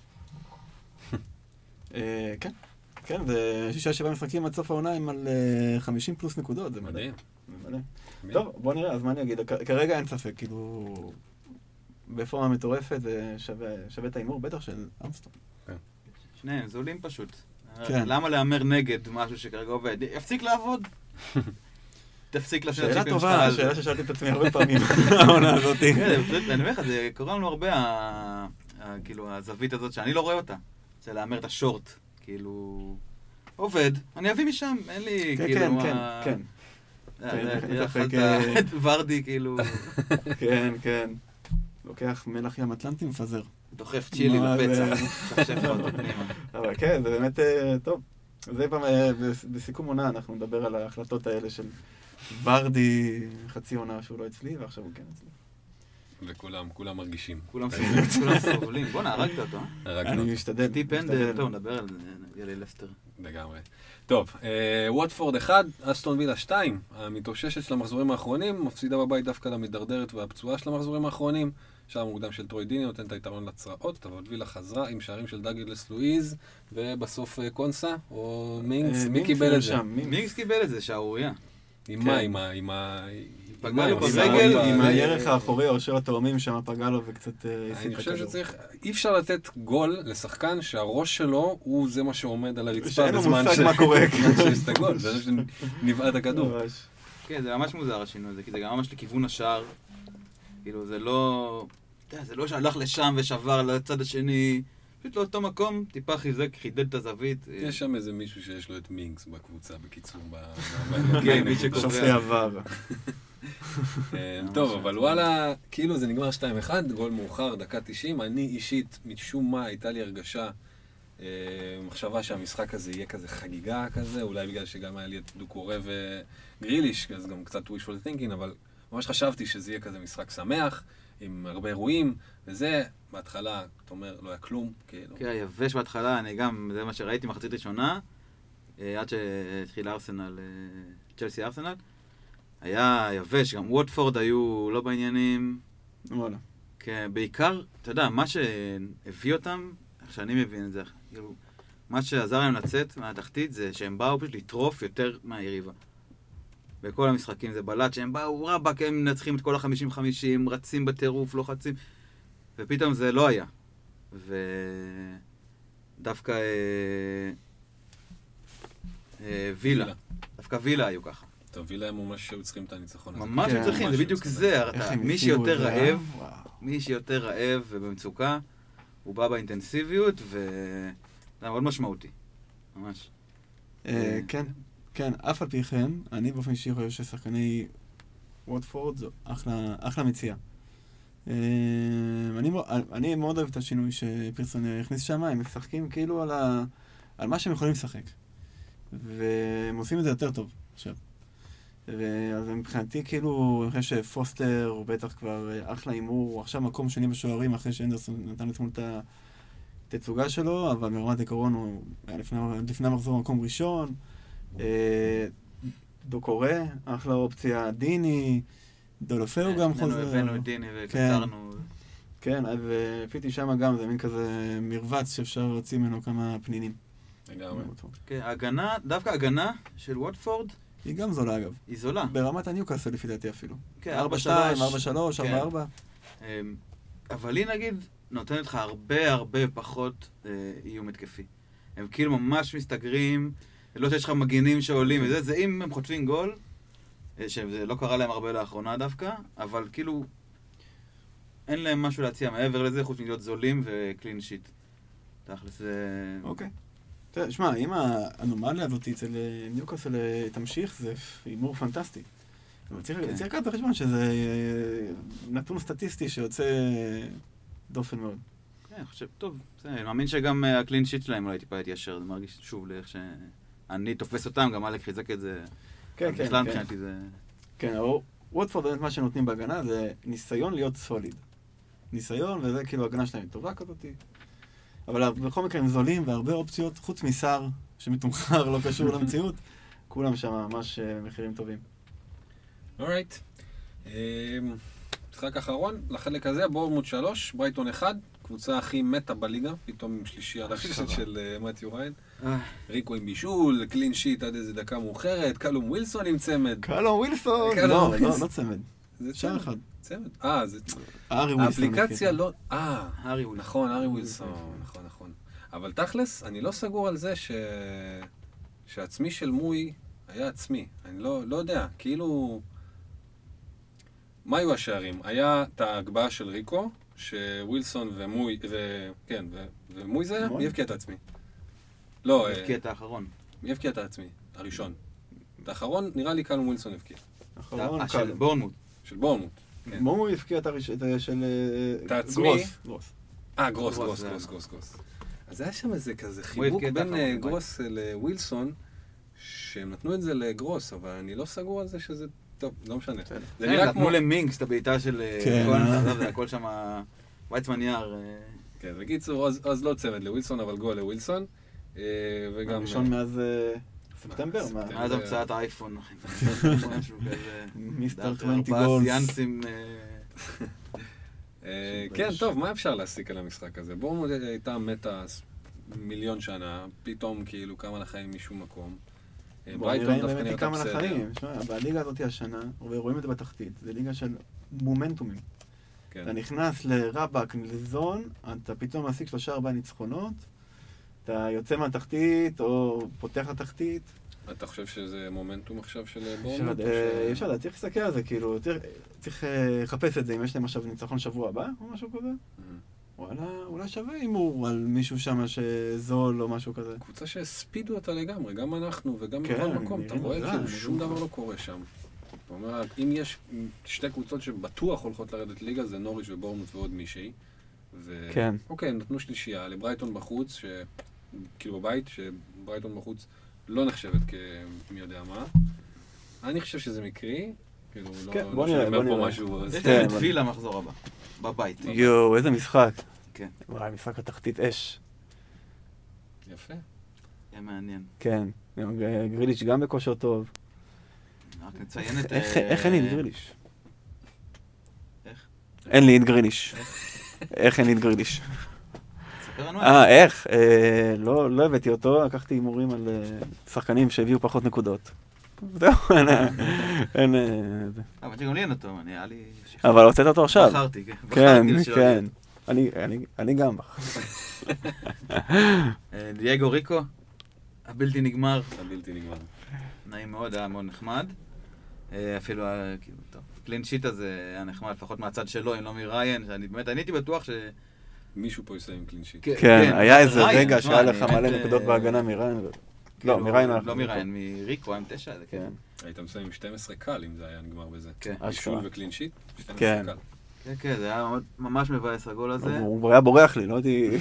כן, זה 6-7 משחקים עד סוף העונה הם על 50 פלוס נקודות, זה מדהים. טוב, בוא נראה, אז מה אני אגיד? כרגע אין ספק, כאילו, בפורמה מטורפת זה שווה את האימור, בטח של אמסטרונג. שניהם, זה עולים פשוט. למה לאמר נגד משהו שכרגע עובד? יפסיק לעבוד? תפסיק לשבת שאלה טובה, שאלה ששאלתי את עצמי הרבה פעמים, העונה הזאת. אני אומר לך, זה קורה לנו הרבה, כאילו, הזווית הזאת שאני לא רואה אותה. זה לאמר את השורט, כאילו, עובד, אני אביא משם, אין לי, כאילו, כן. אכלת את ורדי, כאילו. כן. לוקח מלח ים אטלנטי מפזר. דוחף צ'ילי לפצע, שפשף אותו פנימה. אבל כן, זה באמת טוב. זה פעם, בסיכום עונה אנחנו נדבר על ההחלטות האלה של ורדי, חצי עונה שהוא לא אצלי, ועכשיו הוא כן אצלי. וכולם מרגישים. כולם סובלים. בוא נהרגת אותו. אני משתדל. טיפ אנדר, טוב, נדבר על יאלי לסטר. לגמרי. טוב, ווטפורד 1, אסטון וילה 2, המתאוששת של המחזורים האחרונים, מפסידה בבית דווקא למדרדרת והפצועה של המחזורים האחרונים, שער מוקדם של טרוי דיני נותן את היתרון לצרעות, אבל וילה חזרה עם שערים של דאגלס לואיז, ובסוף קונסה, או מינגס, מי קיבל את זה? מינגס קיבל את זה, שערוריה. עם מה? פגע לו ברגל, עם הירך האחורי או של התאומים שם פגע לו וקצת אני חושב שצריך, אי אפשר לתת גול לשחקן שהראש שלו הוא זה מה שעומד על הרצפה בזמן שיש את הגול, זה שנבעט הכדור. כן, זה ממש מוזר השינוי הזה, כי זה גם ממש לכיוון השער, כאילו זה לא שהלך לשם ושבר לצד השני, פשוט לאותו מקום, טיפה חידד את הזווית. יש שם איזה מישהו שיש לו את מינגס בקבוצה, בקיצור, כן, מי שקובע. שופטי עבר. טוב, אבל וואלה, כאילו זה נגמר 2-1, גול מאוחר, דקה 90. אני אישית, משום מה, הייתה לי הרגשה, מחשבה שהמשחק הזה יהיה כזה חגיגה כזה, אולי בגלל שגם היה לי את דוקורי וגריליש, אז גם קצת wishful thinking, אבל ממש חשבתי שזה יהיה כזה משחק שמח, עם הרבה אירועים, וזה, בהתחלה, אתה אומר, לא היה כלום, כאילו. כן, יבש בהתחלה, אני גם, זה מה שראיתי מחצית ראשונה, עד שהתחיל ארסנל, צ'לסי ארסנל, היה יבש, גם ווטפורד היו לא בעניינים. וואלה. כן, בעיקר, אתה יודע, מה שהביא אותם, איך שאני מבין את זה, כאילו, מה שעזר להם לצאת מהתחתית זה שהם באו פשוט לטרוף יותר מהיריבה. בכל המשחקים זה בלט שהם באו רבק, הם מנצחים את כל ה-50-50, רצים בטירוף, לוחצים, ופתאום זה לא היה. ודווקא וילה. דווקא וילה היו ככה. טוב, וילה הם ממש היו צריכים את הניצחון הזה. ממש היו צריכים, זה בדיוק זה. מי שיותר רעב ובמצוקה, הוא בא באינטנסיביות, וזה מאוד משמעותי. ממש. כן, כן, אף על פי כן, אני באופן אישי חושב ששחקני ווטפורד זו אחלה מציאה. אני מאוד אוהב את השינוי שפירסון הכניס שם, הם משחקים כאילו על מה שהם יכולים לשחק. והם עושים את זה יותר טוב עכשיו. אז מבחינתי כאילו, אני חושב שפוסטר הוא בטח כבר אחלה אימור, הוא עכשיו מקום שני בשוערים אחרי שאנדרסון נתן אתמול את התצוגה שלו, אבל ברמת עיקרון הוא היה לפני המחזור מקום ראשון. דוקורה, אחלה אופציה, דיני, דולופאו גם חוזר. הבאנו את דיני וקצרנו. כן, ופיתי שם גם, זה מין כזה מרבץ שאפשר להוציא ממנו כמה פנינים. לגמרי. כן, ההגנה, דווקא ההגנה של ווטפורד, היא גם זולה אגב. היא זולה. ברמת הניוקאסל לפי דעתי אפילו. כן, 4-2, 4-3, 4-4. אבל היא נגיד נותנת לך הרבה פחות איום התקפי. הם כאילו ממש מסתגרים, לא שיש לך מגינים שעולים וזה, זה אם הם חוטפים גול, שזה לא קרה להם הרבה לאחרונה דווקא, אבל כאילו אין להם משהו להציע מעבר לזה, חוץ מלהיות זולים וקלין שיט. תכלס זה... אוקיי. תשמע, אם האנומליה הזאת אצל ניוקאסל תמשיך, זה הימור פנטסטי. אבל צריך לקחת בחשבון שזה נתון סטטיסטי שיוצא דופן מאוד. כן, אני חושב, טוב, אני מאמין שגם הקלין שיט שלהם אולי טיפה יתיישר, זה מרגיש שוב לאיך שאני תופס אותם, גם אלק חיזק את זה. כן, כן. בכלל מבחינתי זה... כן, ווטפורד באמת מה שנותנים בהגנה זה ניסיון להיות סוליד. ניסיון, וזה כאילו הגנה שלהם טובה כזאת. אבל בכל מקרה הם זולים והרבה אופציות, חוץ משר שמתומחר לא קשור למציאות, כולם שם ממש מחירים טובים. אורייט. משחק אחרון, לחלק הזה, בורנמוט 3, ברייטון 1, קבוצה הכי מתה בליגה, פתאום עם שלישי על השלט של מתיו ריין. ריקו עם בישול, קלין שיט עד איזה דקה מאוחרת, קלום ווילסון עם צמד. קלום ווילסון! לא צמד. זה שער אחד. צמד. זה... ארי ווילסון. האפליקציה לא... ארי ווילסון. נכון, ארי ווילסון. נכון. אבל תכלס, אני לא סגור על זה שהעצמי של מוי היה עצמי. אני לא יודע, כאילו... מה היו השערים? היה את ההגבהה של ריקו, שווילסון ומוי, ומוי זה היה? מי הבקיע את העצמי? לא, הבקיע את האחרון. מי הבקיע את העצמי? הראשון. את האחרון נראה לי קלום ווילסון הבקיע. של בורנמוט. של בורנמוט. מוי הבקיע את גרוס. גרוס. אז היה שם איזה כזה חיבוק בין גרוס לווילסון, שהם נתנו את זה לגרוס, אבל אני לא סגור על זה שזה... טוב, לא משנה. זה נראה כמו למינקס, את הבעיטה של כהן, זה הכל שם ויצמן יער. כן, בקיצור, אז לא צמד לווילסון, אבל גול לווילסון. הראשון מאז ספטמבר. מאז המצאת האייפון. מיסטר 20 גולס. יאנסים. כן, טוב, מה אפשר להסיק על המשחק הזה? בורנמוט הייתה מתה מיליון שנה, פתאום כאילו קמה לחיים משום מקום. ברייטון דווקא נראית בסדר. בליגה הזאת השנה, ורואים את זה בתחתית, זה ליגה של מומנטומים. אתה נכנס לרבק, לזון, אתה פתאום מעסיק 3-4 ניצחונות, אתה יוצא מהתחתית או פותח לתחתית. אתה חושב שזה מומנטום עכשיו של בורנמוט? אפשר לדעת, צריך להסתכל על זה, כאילו, צריך לחפש את זה, אם יש להם עכשיו ניצחון שבוע הבא או משהו כזה. וואלה, אולי שווה אימור על מישהו שם שזול או משהו כזה. קבוצה שהספידו אותה לגמרי, גם אנחנו וגם בכל מקום, אתה רואה כאילו שום דבר לא קורה שם. זאת אומרת, אם יש שתי קבוצות שבטוח הולכות לרדת ליגה, זה נוריץ' ובורנמוט ועוד מישהי. כן. אוקיי, הם נתנו שלישייה לברייטון בחוץ, כאילו בבית, שברייטון בחוץ לא נחשבת כמי יודע מה. אני חושב שזה מקרי, כאילו לא שנאמר פה משהו. יש להם את וילה מחזור הבא. בבית. יואו, איזה משחק. כן. וואי, משחק התחתית אש. יפה. יהיה מעניין. כן. גריליש גם בכושר טוב. רק נציין את... איך אין לי את גריליש? איך? אין לי את גריליש. איך אין לי את גריליש? ספר לנו. איך? לא הבאתי אותו, לקחתי הימורים על שחקנים שהביאו פחות נקודות. זהו, אין... אבל שגם לי אין אותו, היה לי... אבל הוצאת אותו עכשיו. בחרתי, כן. כן, כן. אני גם. דייגו ריקו, הבלתי נגמר. הבלתי נגמר. נעים מאוד, היה מאוד נחמד. אפילו, כאילו, טוב, קלין שיט הזה היה נחמד, לפחות מהצד שלו, אם לא מריין, שאני באמת, אני הייתי בטוח ש... מישהו פה יסיים עם קלין שיט. כן, היה איזה רגע שהיה לך מלא נקודות בהגנה מריין. לא, מריין. לא מריין, מריקו, עם 9, זה כן. היית מסיים עם 12 קל, אם זה היה נגמר בזה. כן. בישול וקלין שיט, 12 כן. קל. כן, כן, זה היה ממש מבאס הגול הזה. הוא היה בורח לי, לא הייתי...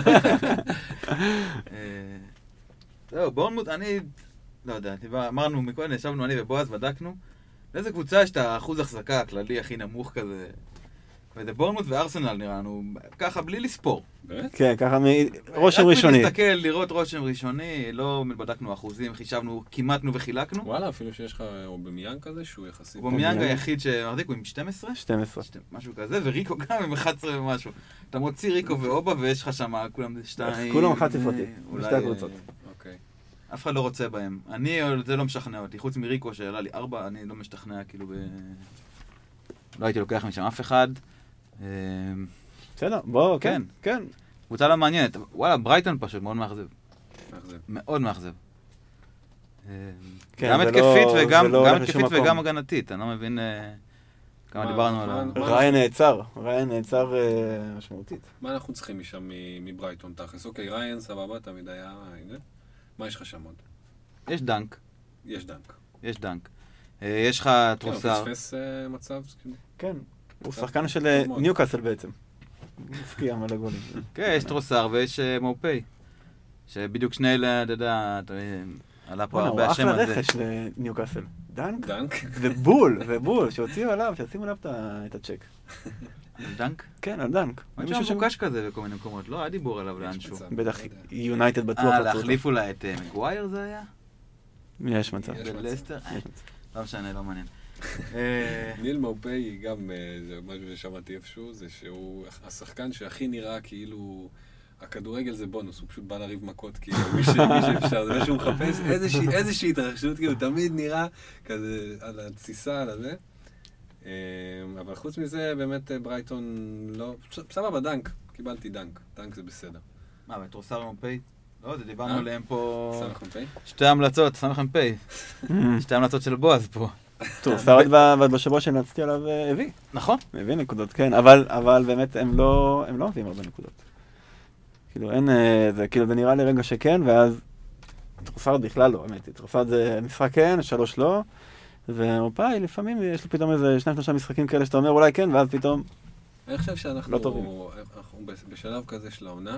זהו, בורנמוט, אני... לא יודע, אמרנו מקודם, ישבנו אני ובועז, בדקנו. לאיזה קבוצה יש את האחוז החזקה הכללי הכי נמוך כזה? וזה בורנמוט וארסנל נראה לנו, ככה בלי לספור. באמת? כן, ככה מרושם ראשוני. רק מלהסתכל, לראות רושם ראשוני, לא בדקנו אחוזים, חישבנו, כימתנו וחילקנו. וואלה, אפילו שיש לך אובמיאנג כזה, שהוא יחסית... אובמיאנג היחיד שמחזיק הוא עם 12? 12. משהו כזה, וריקו גם עם 11 ומשהו. אתה מוציא ריקו ואובה ויש לך שם כולם 2... כולם אחת ספרתי, בשתי הקבוצות. אוקיי. אף אחד לא רוצה בהם. אני, זה לא משכנע אותי. חוץ מריקו שעלה לי 4, אני לא משתכנע כאילו לא הייתי לוקח משם אף אחד. בסדר, בוא, כן, כן. קבוצה לא מעניינת. וואלה, ברייטון פשוט מאוד מאכזב. מאכזב. מאוד מאכזב. כן, גם זה התקפית לא- וגם זה לא הולך התקפית לשום מקום. וגם הגנתית. אני לא מבין כמה דיברנו על... ריין נעצר משמעותית. מה אנחנו צריכים משם מברייטון תכלס? אוקיי, ריין, סבבה, תמיד היה... הנה. מה יש לך שם עוד? יש דנק. יש דנק. יש דנק. יש לך טרוסר. פספס מצב? כן, הוא שחקן של ניוקאסל בעצם. הוא הפקיע מלא גולים. כן, יש טרוסר ויש מופי. שבדיוק שני אלה, אתה יודע, עלה פה הרבה השם הוא הזה. אחלה רכש לניוקאסל. דנק? דנק? ובול, שהוציאו עליו, שישימו עליו את הצ'ק. דנק? כן, על דנק. הוא היה מבוקש כזה בכל מיני מקומות, לא היה דיבור עליו לאנשהו. בטח, יונייטד בטוח. להחליף אולי את מגווייר זה היה? יש מצב. בלסטר? לא משנה, לא מעניין. ניל מאופי, גם זה משהו ששמעתי איפשהו, זה שהוא השחקן שהכי נראה כאילו הכדורגל זה בונוס, הוא פשוט בא לריב מכות כאילו, מי שאפשר, זה שהוא מחפש איזושהי התרחשות, כאילו תמיד נראה כזה על התסיסה, על הזה. אבל חוץ מזה, באמת ברייטון לא... סבבה, דנק, קיבלתי דנק, דנק זה בסדר. מה, וטרוסר ומפי? לא, זה דיברנו עליהם פה... סמך מפי? שתי המלצות, סמך מפי. שתי המלצות של בועז פה. טוב, סעד בשבוע שנצתי עליו הביא. נכון. הביא נקודות, כן, אבל באמת הם לא מביאים הרבה נקודות. כאילו אין, זה נראה לי רגע שכן, ואז טרוסארד בכלל לא, האמת, טרוסארד זה משחק כן, 3 לא, ומופאי לפעמים יש לו פתאום איזה 2-3 משחקים כאלה שאתה אומר אולי כן, ואז פתאום אני חושב שאנחנו לא בשלב כזה של העונה,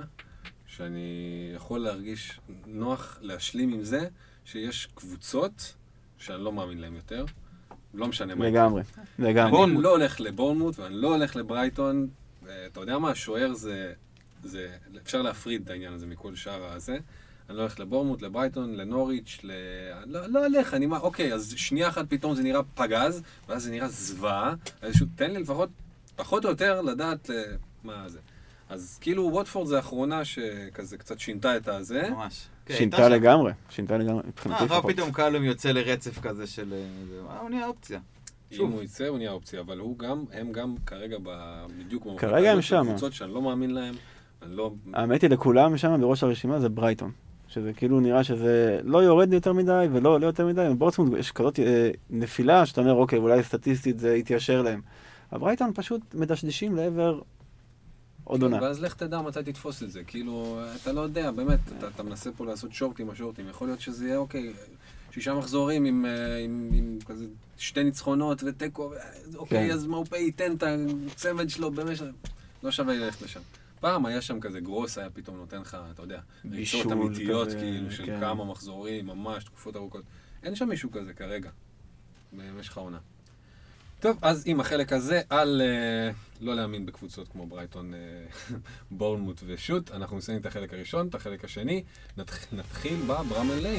שאני יכול להרגיש נוח להשלים עם זה שיש קבוצות שאני לא מאמין להם יותר, לא משנה מה. לגמרי. אני לא הולך לבורנמוט ואני לא הולך לברייטון, אתה יודע מה, השוער זה, אפשר להפריד את העניין הזה מכל שאר הזה. אני לא הולך לבורנמוט, לברייטון, לנוריץ', לא הולך, אני מה, אוקיי, אז שנייה אחת פתאום זה נראה פגז, ואז זה נראה זוועה, אז תן לי לפחות, פחות או יותר לדעת מה זה. אז כאילו ווטפורד זה האחרונה שכזה קצת שינתה את הזה. ממש. שינתה לגמרי, מבחינתי לפחות. פתאום קלום יוצא לרצף כזה של... הוא נהיה אופציה. אם הוא יצא, הוא נהיה אופציה, אבל הם גם כרגע בדיוק... כרגע הם שם. קבוצות שאני לא מאמין להם, אני לא... האמת היא לכולם שם בראש הרשימה זה ברייטון. שזה כאילו נראה שזה לא יורד יותר מדי ולא עולה יותר מדי. בורצמונד יש כזאת נפילה שאתה אומר, אוקיי, אולי סטטיסטית זה יתיישר להם. הברייטון פשוט מדשדשים לעבר עוד עונה. ואז לך תדע מתי תתפוס את זה. כאילו, אתה לא יודע, באמת, אתה מנסה פה לעשות שורטים. יכול להיות שזה יהיה, אוקיי, 6 מחזורים עם כזה 2 ניצחונות וטקו, אוקיי, אז מאופי ייתן את הצמד שלו במשך... לא שווה ללכת לשם. פעם היה שם כזה גרוס, היה פתאום נותן לך, אתה יודע, ריצות אמיתיות כאילו, של כמה מחזורים, ממש, תקופות ארוכות. אין שם מישהו כזה כרגע, במשך העונה. טוב, אז עם החלק הזה, על לא להאמין בקבוצות כמו ברייטון, בורנמוט ושוט, אנחנו מסיימים את החלק הראשון, את החלק השני, נתחיל בברמן ליין.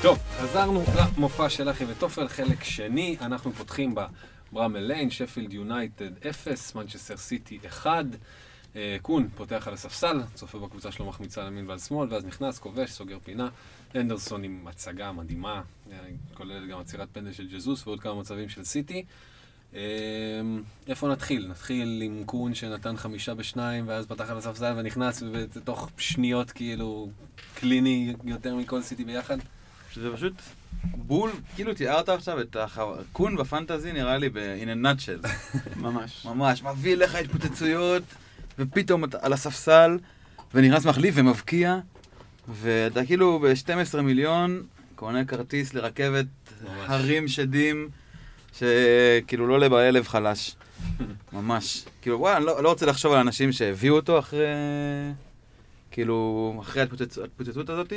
טוב, חזרנו למופע של אחי וטופל, חלק שני, אנחנו פותחים בברמל ליין, שפילד יונייטד 0, מנצ'סטר סיטי 1, קון פותח על הספסל, צופה בקבוצה שלו מחמיצה למין ועל שמאל, ואז נכנס, כובש, סוגר פינה, אנדרסון עם הצגה מדהימה, כוללת גם עצירת פנדל של ג'זוס ועוד כמה מצבים של סיטי. איפה נתחיל? נתחיל עם קון שנתן 5 ב2 ואז פתח על הספסל ונכנס ובתוך שניות כאילו קליני יותר מכל סיטי ביחד. שזה פשוט בול, כאילו תיארת עכשיו את קון בפנטזי נראה לי in a nutshell. ממש. ממש, מביא לך התפוצצויות ופתאום על הספסל ונכנס מחליף ומבקיע ואתה כאילו ב-12 מיליון קונה כרטיס לרכבת הרים שדים שכאילו לא לב הלב חלש. ממש. כאילו וואי, אני לא רוצה לחשוב על אנשים שהביאו אותו אחרי כאילו אחרי ההתפוצצות הזאת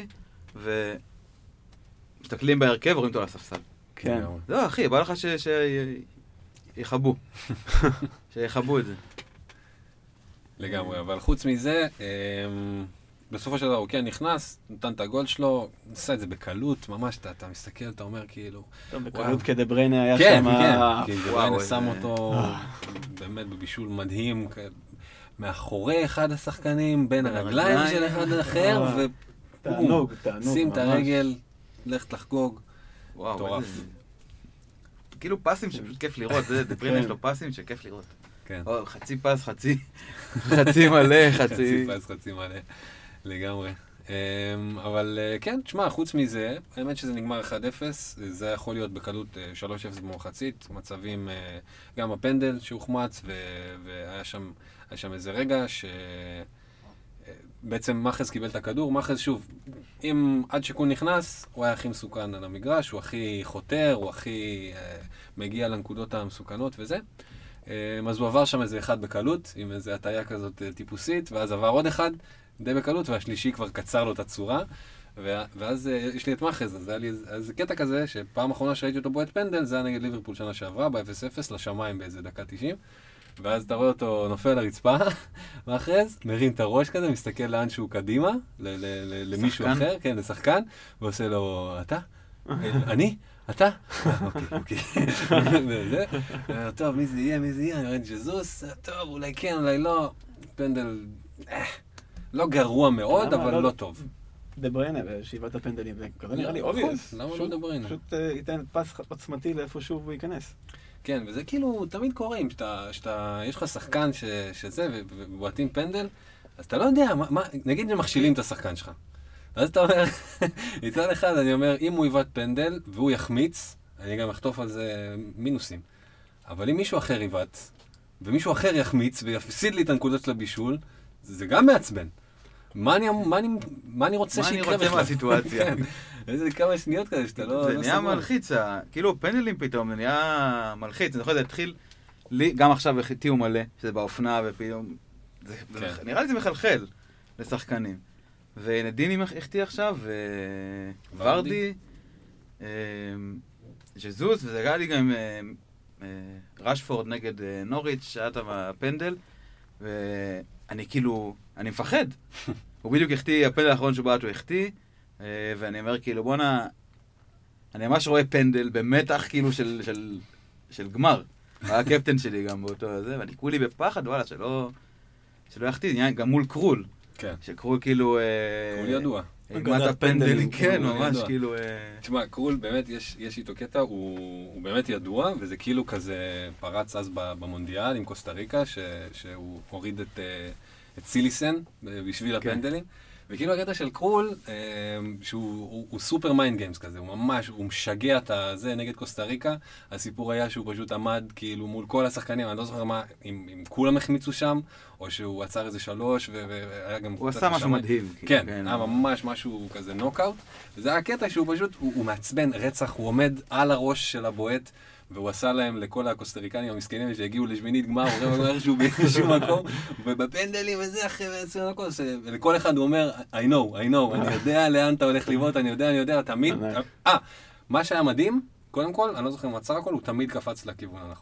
מסתכלים בהרכב ורואים אותו על הספסל. כן. לא, אחי, בא לך שיחבו. שיחבו את זה. לגמרי, אבל חוץ מזה, בסופו של דבר הוא כן נכנס, נתן את הגול שלו, עשה את זה בקלות, ממש, אתה מסתכל, אתה אומר כאילו... טוב, בקלות כדי בריינה היה כן, שם... כן, כי בריינה שם אותו באמת בבישול מדהים, מאחורי אחד השחקנים, בין הרגליים של אחד אחר, תענוג, ממש. שים את הרגל, לכת לחגוג. וואו, איזה... כאילו פסים שפשוט כיף לראות, זה דבריינה יש לו פסים שכיף לראות. כן. חצי פס, חצי מלא, חצי פס, חצי מלא, לגמרי. אבל כן, תשמע, חוץ מזה, האמת שזה נגמר 1-0, זה יכול להיות בקלות 3-0 במחצית, מצבים, גם הפנדל שהוחמץ, והיה שם איזה רגע בעצם מחז קיבל את הכדור, מחז שוב, אם עד שקון נכנס, הוא היה הכי מסוכן על המגרש, הוא הכי חותר, הוא הכי מגיע לנקודות המסוכנות וזה. אז הוא עבר שם איזה אחד בקלות, עם איזה הטעיה כזאת טיפוסית, ואז עבר עוד אחד די בקלות, והשלישי כבר קצר לו את הצורה, ואז יש לי את מחז, אז היה לי איזה קטע כזה, שפעם אחרונה שראיתי אותו בועט פנדל, זה היה נגד ליברפול שנה שעברה, ב-0-0 לשמיים באיזה דקה 90, ואז אתה רואה אותו נופל לרצפה, מאחז, מרים את הראש כזה, מסתכל לאן שהוא קדימה, למישהו אחר, כן, לשחקן, ועושה לו, אתה? אני? אתה? אוקיי. וזה, טוב, מי זה יהיה? אני רואה את ג'זוס, טוב, אולי כן, אולי לא. פנדל, לא גרוע מאוד, אבל לא טוב. דבריינה בשאיבת הפנדלים, זה כזה נראה לי אובייס. למה לא דבריינה? פשוט ייתן פס עוצמתי לאיפה שוב הוא ייכנס. כן, וזה כאילו תמיד קורה, אם יש לך שחקן שזה, ובועטים פנדל, אז אתה לא יודע, נגיד שמכשילים את השחקן שלך. אז אתה אומר, מצד אחד אני אומר, אם הוא יבעט פנדל והוא יחמיץ, אני גם אחטוף על זה מינוסים. אבל אם מישהו אחר יבעט, ומישהו אחר יחמיץ ויפסיד לי את הנקודות של הבישול, זה גם מעצבן. מה אני רוצה שיקרה בכלל? מה אני רוצה מהסיטואציה? איזה כמה שניות כזה שאתה לא... זה נהיה מלחיץ, כאילו פנדלים פתאום, זה נהיה מלחיץ. אני זוכר, זה התחיל לי, גם עכשיו תיאום מלא, שזה באופנה ופתאום... נראה לי זה מחלחל לשחקנים. ונדיני החטיא עכשיו, וורדי, ג'זוס, וזה היה לי גם רשפורד נגד נוריץ' שהיה את הפנדל, ואני כאילו, אני מפחד. הוא בדיוק החטיא, הפנדל האחרון שהוא בעט הוא החטיא, ואני אומר כאילו בואנה, אני ממש רואה פנדל במתח כאילו של גמר. היה הקפטן שלי גם באותו הזה, ואני כולי בפחד, וואלה, שלא יחטיא, גם מול קרול. כן. שקרול כאילו... קרול ידוע. הגמת הפנדל, כן, ממש כאילו... תשמע, קרול באמת, יש איתו קטע, הוא באמת ידוע, וזה כאילו כזה פרץ אז במונדיאל עם קוסטה ריקה, שהוא הוריד את סיליסן בשביל הפנדלים. וכאילו הקטע של קרול, שהוא סופר מיינד גיימס כזה, הוא ממש, הוא משגע את זה נגד קוסטה ריקה. הסיפור היה שהוא פשוט עמד כאילו מול כל השחקנים, אני לא זוכר מה, אם כולם החמיצו שם, או שהוא עצר איזה 3, והיה גם... הוא עשה משהו מדהים. כן, היה ממש משהו כזה נוקאוט, וזה היה הקטע שהוא פשוט, הוא מעצבן רצח, הוא עומד על הראש של הבועט, והוא עשה להם לכל הקוסטריקנים המסכנים שהגיעו לשמינית גמר, הוא רואה איכשהו באיזשהו מקום, ובפנדלים וזה אחרי ועצבן הכל, ולכל אחד הוא אומר, I know, אני יודע לאן אתה הולך לבעוט, אני יודע, תמיד... מה שהיה מדהים, קודם כל, אני לא זוכר אם עצר הכל, הוא תמיד קפץ לכיוון הנכון.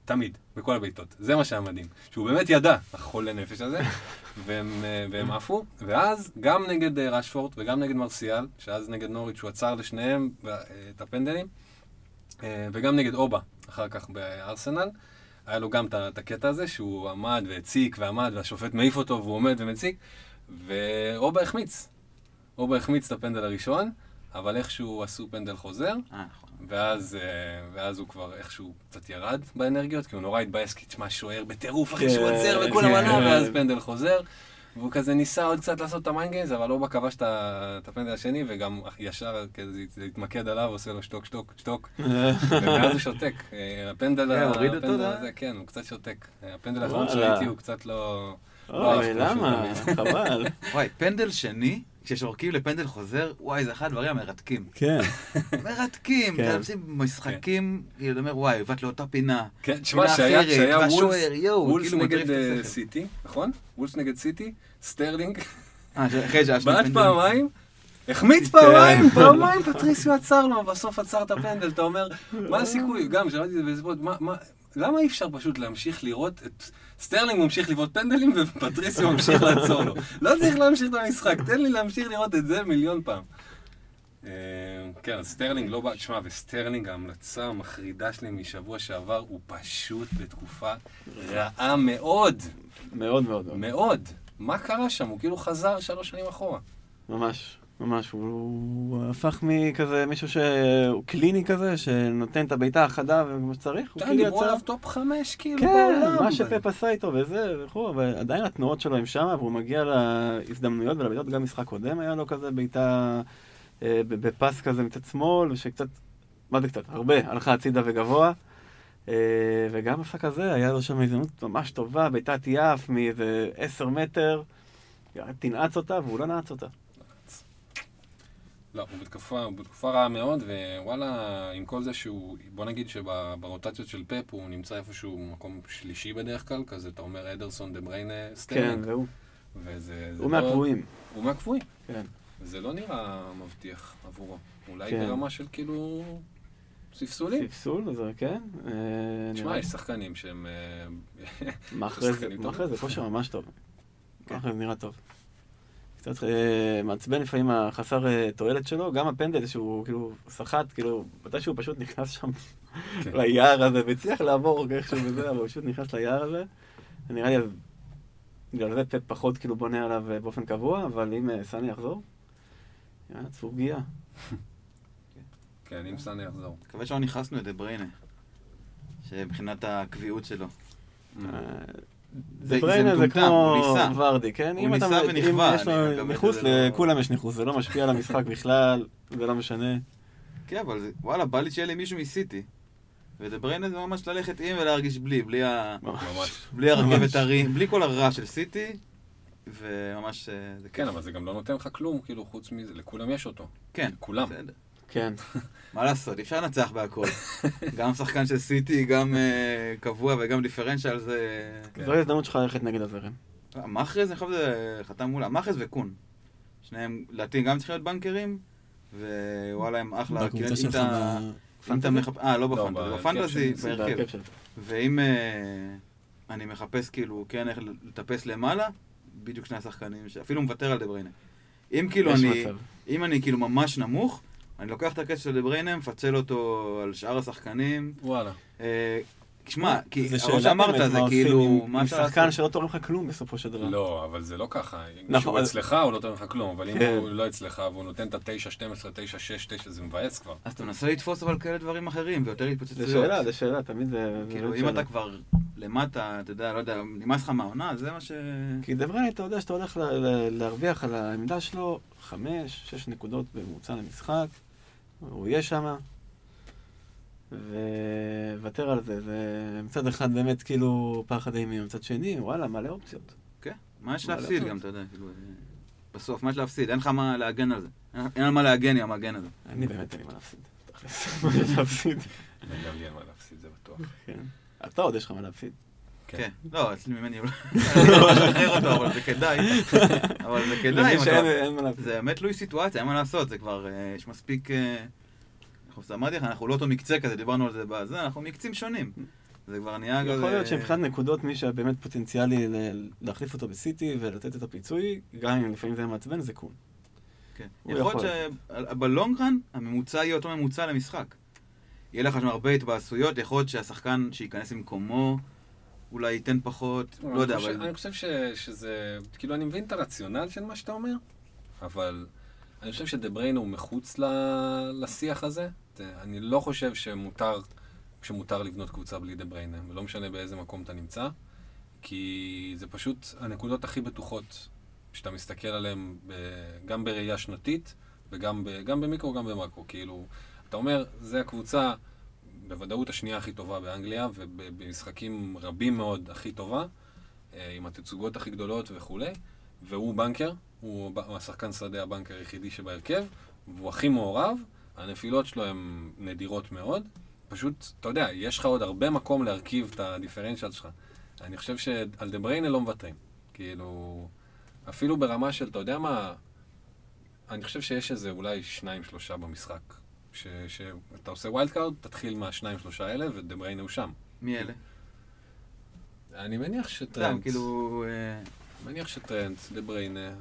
תמיד, בכל הבעיטות. זה מה שהיה מדהים. שהוא באמת ידע, החולה נפש הזה, והם עפו. ואז גם נגד רשפורד וגם נגד מרסיאל, שאז נגד נוריץ' הוא עצר לשניהם את הפנדלים, וגם נגד אובה, אחר כך בארסנל. היה לו גם את הקטע הזה, שהוא עמד והציק ועמד, והשופט מעיף אותו והוא עומד ומציק, ואובה החמיץ. אובה החמיץ את הפנדל הראשון, אבל איכשהו עשו פנדל חוזר, ואז הוא כבר איכשהו קצת ירד באנרגיות, כי הוא נורא התבאס, כי תשמע, שוער בטירוף אחרי שהוא עצר וכולם עלה, ואז פנדל חוזר, והוא כזה ניסה עוד קצת לעשות את המיינגיימס, אבל אובה כבש את הפנדל השני, וגם ישר כזה התמקד עליו, עושה לו שטוק, שטוק, שטוק, ומאז הוא שותק. הפנדל הזה, כן, הוא קצת שותק. הפנדל האחרון שראיתי הוא קצת לא... אוי, למה? חבל. וואי, פנדל שני, כששורקים לפנדל חוזר, וואי, זה אחד הדברים המרתקים. כן. מרתקים, אתה עושים משחקים, אתה אומר, וואי, הבאת לאותה פינה. כן, תשמע, שהיה וולס נגד סיטי, נכון? וולס נגד סיטי, סטרלינג. בעט פעמיים, החמיץ פעמיים, פטריסיו עצר לו, בסוף עצר את הפנדל, אתה אומר, מה הסיכוי? גם, שמעתי את זה בספורט, למה אי אפשר פשוט להמשיך לראות את... סטרלינג ממשיך לבעוט פנדלים ופטריסיו ממשיך לעצור לו. לא צריך להמשיך את המשחק, תן לי להמשיך לראות את זה מיליון פעם. כן, אז סטרלינג לא בא... תשמע, וסטרלינג, ההמלצה המחרידה שלי משבוע שעבר, הוא פשוט בתקופה רעה מאוד. מאוד מאוד. מאוד. מה קרה שם? הוא כאילו חזר 3 שנים אחורה. ממש. ממש, הוא הפך מכזה מישהו שהוא קליני כזה, שנותן את הביתה החדה וכמו שצריך, הוא כאילו יצא... דיברו עליו טופ 5 כאילו בעולם. כן, מה שפפ עשה איתו וזה וכו', אבל עדיין התנועות שלו הם שמה, והוא מגיע להזדמנויות ולביתות, גם משחק קודם היה לו כזה ביתה בפס כזה מצד שמאל, ושקצת, מה זה קצת? הרבה, הלכה הצידה וגבוה, וגם המשחק הזה היה לו שם הזדמנות ממש טובה, ביתה תיאף מאיזה 10 מטר, תנעץ אותה והוא לא נעץ אותה. לא, הוא בתקופה רעה מאוד, ווואלה, עם כל זה שהוא, בוא נגיד שברוטציות של פפ הוא נמצא איפשהו מקום שלישי בדרך כלל, כזה אתה אומר אדרסון, דה בריינה, סטרלינג. כן, והוא. הוא מהקבועים. הוא מהקבועים. כן. וזה לא נראה מבטיח עבורו. אולי ברמה של כאילו ספסולים. ספסול, זה כן. תשמע, יש שחקנים שהם... מאחרי זה כושר ממש טוב. מאחרי זה נראה טוב. קצת מעצבן לפעמים החסר תועלת שלו, גם הפנדל שהוא כאילו שחט, כאילו, מתי שהוא פשוט נכנס שם ליער הזה, והצליח לעבור איכשהו וזה, אבל הוא פשוט נכנס ליער הזה. נראה לי, בגלל זה פפ פחות כאילו בונה עליו באופן קבוע, אבל אם סני יחזור, צפור פגיעה. כן, אם סני יחזור. מקווה שלא נכנסנו את דה בריינה, שמבחינת הקביעות שלו. זה בריינה זה כמו ורדי, כן? הוא ניסה ונכווה. ניחוס, לכולם יש ניחוס, זה לא משפיע על המשחק בכלל, זה לא משנה. כן, אבל וואלה, בא לי שיהיה לי מישהו מסיטי. ודה בריינה זה ממש ללכת עם ולהרגיש בלי הרכבת הרים, בלי כל הרע של סיטי, וממש... כן, אבל זה גם לא נותן לך כלום, כאילו, חוץ מזה, לכולם יש אותו. כן. כולם. כן. מה לעשות, אפשר לנצח בהכל. גם שחקן של סיטי, גם קבוע וגם דיפרנציאל זה... זו ההזדמנות שלך ללכת נגד הזרם. מאחרז, אני חושב שזה חתם מולה. מאחרז וקון. שניהם, לדעתי, גם צריכים להיות בנקרים, ווואלה, הם אחלה. בקבוצה שלך לא בפנטזי, בפנטזי, בהרכב. ואם אני מחפש כאילו, כן, איך לטפס למעלה, בדיוק שני השחקנים, אפילו מוותר על דה בריינה. אם אני כאילו ממש נמוך, אני לוקח את הקטע של דה בריינה, מפצל אותו על שאר השחקנים. וואלה. תשמע, כי כמו שאמרת, זה כאילו... עם שחקן שלא תורם לך כלום בסופו של דבר. לא, אבל זה לא ככה. אם שהוא אצלך, הוא לא תורם לך כלום, אבל אם הוא לא אצלך, והוא נותן את ה-9, 12, 9, 6, 9, זה מבאס כבר. אז אתה מנסה לתפוס אבל כאלה דברים אחרים, ויותר להתפוצצויות. זה שאלה, תמיד זה... כאילו, אם אתה כבר למטה, אתה יודע, לא יודע, נמאס לך מהעונה, זה מה ש... כי דה בריינה, אתה יודע שאתה הולך להרוויח על העמדה שלו 5, 6 נקודות בממוצע למשחק, הוא יהיה שם. וותר על זה, ומצד אחד באמת כאילו פחד אימים, מצד שני, וואלה, מלא אופציות. כן, מה יש להפסיד גם, אתה יודע, כאילו, בסוף, מה יש להפסיד? אין לך מה להגן על זה. אין על מה להגן עם המגן הזה. אני באמת אין לי מה להפסיד. מה יש להפסיד? גם לי אין מה להפסיד, זה בטוח. כן. אתה עוד יש לך מה להפסיד. כן. לא, אצלי ממני אני לא משחרר אותו, אבל זה כדאי. אבל זה כדאי. זה באמת תלוי סיטואציה, אין מה לעשות, זה כבר, יש מספיק... אמרתי לך, אנחנו לא אותו מקצה כזה, דיברנו על זה בזה, אנחנו מקצים שונים. זה כבר נהיה כזה... יכול להיות שמבחינת נקודות מי שבאמת פוטנציאלי להחליף אותו בסיטי ולתת את הפיצוי, גם אם לפעמים זה מעצבן, זה קון. כן. יכול להיות שבלונגרן הממוצע יהיה אותו ממוצע למשחק. יהיה לך שם הרבה התבאסויות, יכול להיות שהשחקן שייכנס במקומו אולי ייתן פחות, לא יודע, אבל... אני חושב שזה... כאילו, אני מבין את הרציונל של מה שאתה אומר, אבל אני חושב שדבריין הוא מחוץ לשיח הזה. אני לא חושב שמותר לבנות קבוצה בלי דבריין, ולא משנה באיזה מקום אתה נמצא, כי זה פשוט הנקודות הכי בטוחות שאתה מסתכל עליהן גם בראייה שנתית, וגם במיקרו, גם במקרו. כאילו, אתה אומר, זה הקבוצה בוודאות השנייה הכי טובה באנגליה, ובמשחקים רבים מאוד הכי טובה, עם התצוגות הכי גדולות וכו'. והוא בנקר, הוא השחקן שדה הבנקר היחידי שבהרכב, והוא הכי מעורב, הנפילות שלו הן נדירות מאוד. פשוט, אתה יודע, יש לך עוד הרבה מקום להרכיב את הדיפרנציאל שלך. אני חושב שעל דבריינה לא מוותרים. כאילו, אפילו ברמה של, אתה יודע מה, אני חושב שיש איזה אולי 2-3 במשחק. שאתה עושה ווילד קארד, תתחיל מה2-3 האלה, ודבריינה הוא שם. מי אלה? אני מניח שטרנט. כאילו... מניח שטרנט, דבריינה,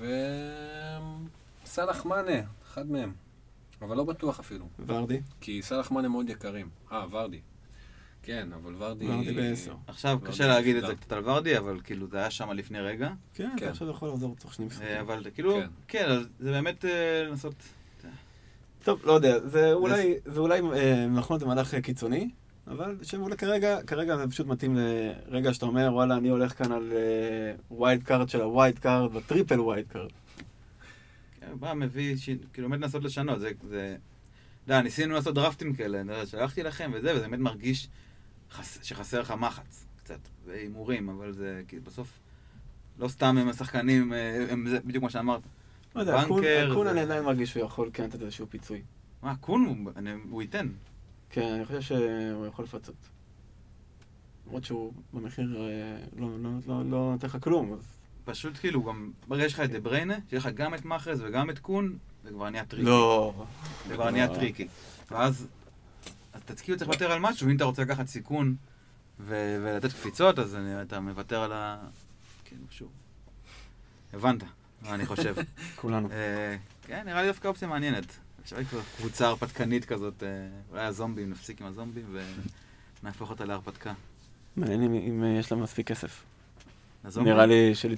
וסלח מאנה, אחד מהם. אבל לא בטוח אפילו. ורדי? כי סלח מאנה מאוד יקרים. ורדי. כן, אבל ורדי... ורדי ב10. עכשיו קשה להגיד את זה קצת על ורדי, אבל כאילו זה היה שם לפני רגע. כן, אתה עכשיו יכול לעזור תוך 2 משחקים. אבל כאילו, כן, זה באמת לנסות... טוב, לא יודע, זה אולי נכון, זה מהלך קיצוני, אבל שאולי כרגע זה פשוט מתאים לרגע שאתה אומר, וואלה, אני הולך כאן על ווייד קארד של הווייד קארד, בטריפל ווייד קארד. בא, מביא, כאילו, באמת לנסות לשנות, זה... ניסינו לעשות דרפטים כאלה, שלחתי לכם וזה, וזה באמת מרגיש שחסר לך מחץ, קצת, והימורים, אבל זה, כאילו, בסוף, לא סתם הם השחקנים, זה בדיוק מה שאמרת. לא יודע, קון אני עדיין מרגיש שהוא יכול כן לתת איזשהו פיצוי. מה, קון הוא ייתן? כן, אני חושב שהוא יכול לפצות. למרות שהוא במחיר לא נותן לך כלום. פשוט כאילו, גם ברגע יש לך את דבריינה, שיש לך גם את מחרז וגם את קון, זה כבר נהיה טריקי. לא. זה כבר נהיה טריקי. ואז תצקיעו צריך לוותר על משהו, אם אתה רוצה לקחת סיכון ולתת קפיצות, אז אתה מוותר על ה... כן, שוב. הבנת מה אני חושב. כולנו. כן, נראה לי דווקא אופציה מעניינת. עכשיו היא כבר קבוצה הרפתקנית כזאת, אולי הזומבים, נפסיק עם הזומבים ונהפוך אותה להרפתקה. מעניין אם יש לה מספיק כסף. נראה לי שלי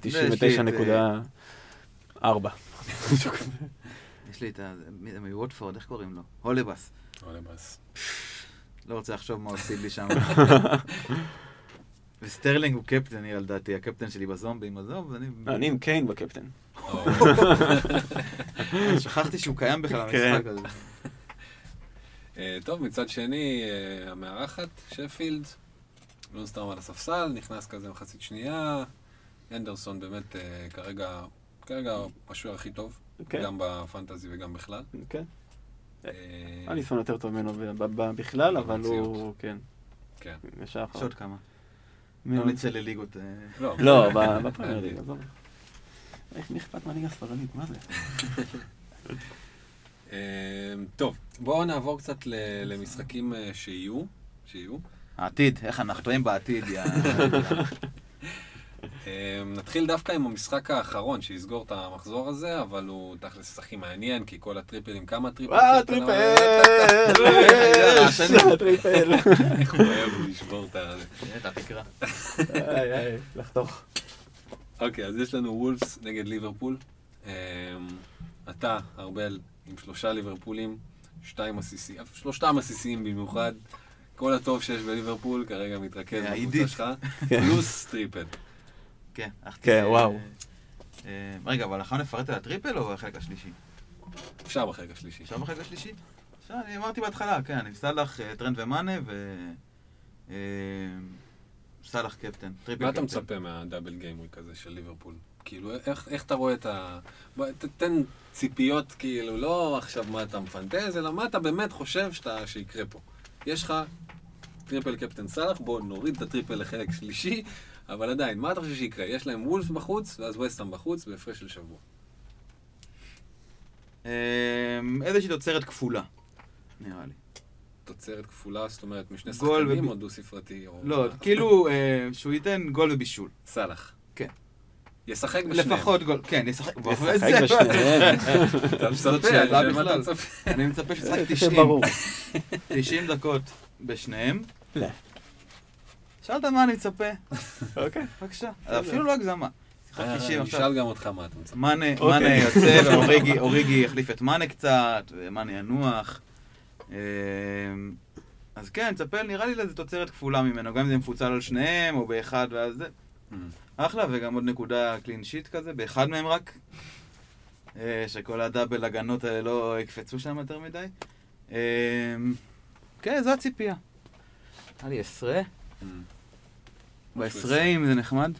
99.4. יש לי את ה... מווטפורד, איך קוראים לו? הולבס. לא רוצה לחשוב מה עושים לי שם. וסטרלינג הוא קפטן, היא לדעתי, הקפטן שלי בזומבים, עזוב, אני עם קיין בקפטן. שכחתי שהוא קיים בכלל המשחק הזה. טוב, מצד שני, המארחת, שפילד, לא סתם על הספסל, נכנס כזה מחצית שנייה, אנדרסון באמת כרגע השוער הכי טוב, גם בפנטזי וגם בכלל. כן. אליסון יותר טוב ממנו בכלל, אבל הוא, כן. כן. יש עוד כמה. לא נצא לליגות... לא, בפרמייר ליג, עזוב. מי אכפת מהליגה הספרדית? מה זה? טוב, בואו נעבור קצת למשחקים שיהיו. העתיד, איך אנחנו טועים בעתיד, נתחיל דווקא עם המשחק האחרון שיסגור את המחזור הזה, אבל הוא תכלס הכי מעניין, כי כל הטריפלים, כמה טריפלים? טריפל! איך הוא אוהב לשבור את התקרה. לחתוך. אוקיי, אז יש לנו וולפס נגד ליברפול. אתה, ארבל, עם 3 ליברפולים, 3 עסיסיים במיוחד. כל הטוב שיש בליברפול כרגע מתרכז בקבוצה שלך, פלוס טריפל. כן, וואו. רגע, אבל אנחנו נפרט על הטריפל או בחלק השלישי? אפשר בחלק השלישי. אני אמרתי בהתחלה, כן, אני סלח, טרנד ומאנה סלח קפטן. מה אתה מצפה מהדאבל גיימוי כזה של ליברפול? כאילו, איך אתה רואה את ה... תתן ציפיות, כאילו, לא עכשיו מה אתה מפנטז, אלא מה אתה באמת חושב שיקרה פה. יש לך טריפל קפטן סלח, בואו נוריד את הטריפל לחלק שלישי, אבל עדיין, מה אתה חושב שיקרה? יש להם וולף בחוץ, ואז וסטהאם בחוץ, בהפרש של שבוע. איזושהי תוצרת כפולה, נראה לי. תוצרת כפולה, זאת אומרת, משני גול שחקנים או דו-ספרתי? לא, כאילו שהוא ייתן גול ובישול. סלח. כן. ישחק בשניהם. לפחות גול, כן, ישחק בשניהם. אתה מצפה, בכלל. אני מצפה ששחק 90. ברור. 90 דקות בשניהם. לא. שאלת מה אני מצפה? אוקיי. בבקשה. אפילו לא הגזמה. שיחק 90 עכשיו. נשאל גם אותך מה אתה מצפה. מאנה יוצא, ואוריגי יחליף את מאנה קצת, ומאנה ינוח. אז כן, צפה, נראה לי לזה תוצרת כפולה ממנו, גם אם זה מפוצל על שניהם, או באחד ואז זה. אחלה, וגם עוד נקודה קלין שיט כזה, באחד מהם רק. שכל הדאבל הגנות האלה לא יקפצו שם יותר מדי. כן, זו הציפייה. היה לי 10. ב-20 זה נחמד.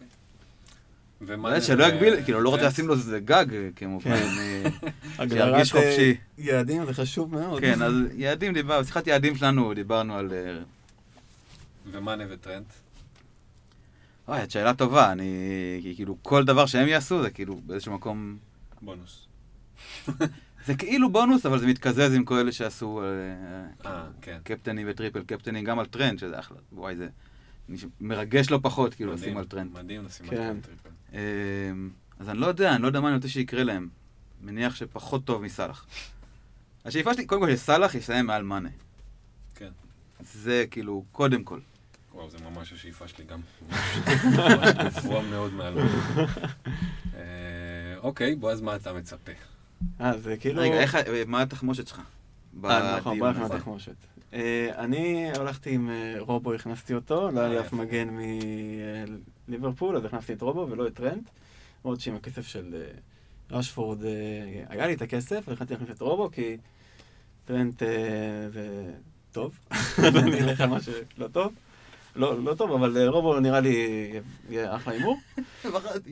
שלא יגביל, כאילו לא רוצה לשים לו איזה גג, כמובן, שירגיש חופשי. יעדים זה חשוב מאוד. כן, אז יעדים, בשיחת יעדים שלנו דיברנו על... ומאנה וטרנט? אוי, את שאלה טובה, כי כאילו כל דבר שהם יעשו זה כאילו באיזשהו מקום... בונוס. זה כאילו בונוס, אבל זה מתקזז עם כל אלה שעשו קפטני וטריפל קפטני, גם על טרנד, שזה אחלה. וואי, זה מרגש לא פחות, כאילו, לשים על טרנד. מדהים לשים על טרנד טריפל. אז אני לא יודע מה אני רוצה שיקרה להם. מניח שפחות טוב מסלח. השאיפה שלי, קודם כל שסלח יסיים מעל מאנה. כן. זה כאילו, קודם כל. וואו, זה ממש השאיפה שלי גם. ממש גבוה מאוד מעל מאנה. אוקיי, בוא, אז מה אתה מצפה? זה כאילו... רגע, מה התחמושת שלך? נכון, בוא נכנס התחמושת. אני הלכתי עם רובו, הכנסתי אותו, לא היה לי אף מגן מליברפול, אז הכנסתי את רובו ולא את טרנט. עוד שעם הכסף של רשפורד, היה לי את הכסף, והחלטתי להכניס את רובו, כי טרנט זה טוב, אני אלך על מה שלא טוב. לא טוב, אבל רובו נראה לי יהיה אחלה אימור. בחרתי.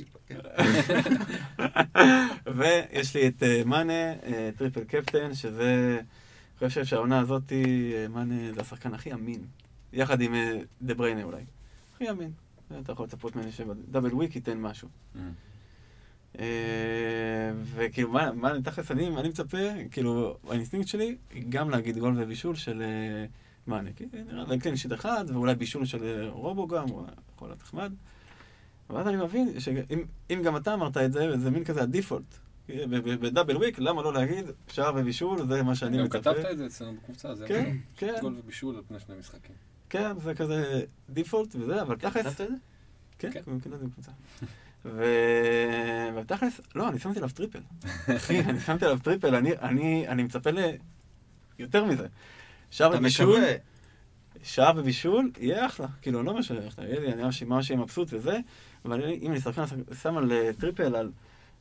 ויש לי את מאנה, טריפל קפטן, שזה... אני חושב שהעונה הזאת, מאנה זה השחקן הכי אמין. יחד עם דה בריינה אולי. הכי אמין. אתה יכול לצפות ממני שבדאבל וויק ייתן משהו. וכאילו, מה תכלס אני מצפה, כאילו, האינסטינקט שלי, גם להגיד גול ובישול של מאנה. כי נראה לי קלין שיט אחד, ואולי בישול של רובו גם, או יכול להיות נחמד. ואז אני מבין שאם גם אתה אמרת את זה, זה מין כזה הדיפולט. בדאבל וויק, למה לא להגיד שער ובישול, זה מה שאני מצפה. גם כתבת את זה אצלנו בקבוצה, זה כן. גול ובישול על פני שני משחקים. כן, זה כזה דיפולט וזה, אבל תכלס... כתבת את זה? כן, כתבתי בקבוצה. ותכלס, לא, אני שמתי עליו טריפל. אחי, אני שמתי עליו טריפל, אני מצפה ליותר מזה. שער ובישול, יהיה אחלה. כאילו, לא משנה, אני ממש יהיה מבסוט וזה, אבל אם אני שם על טריפל, על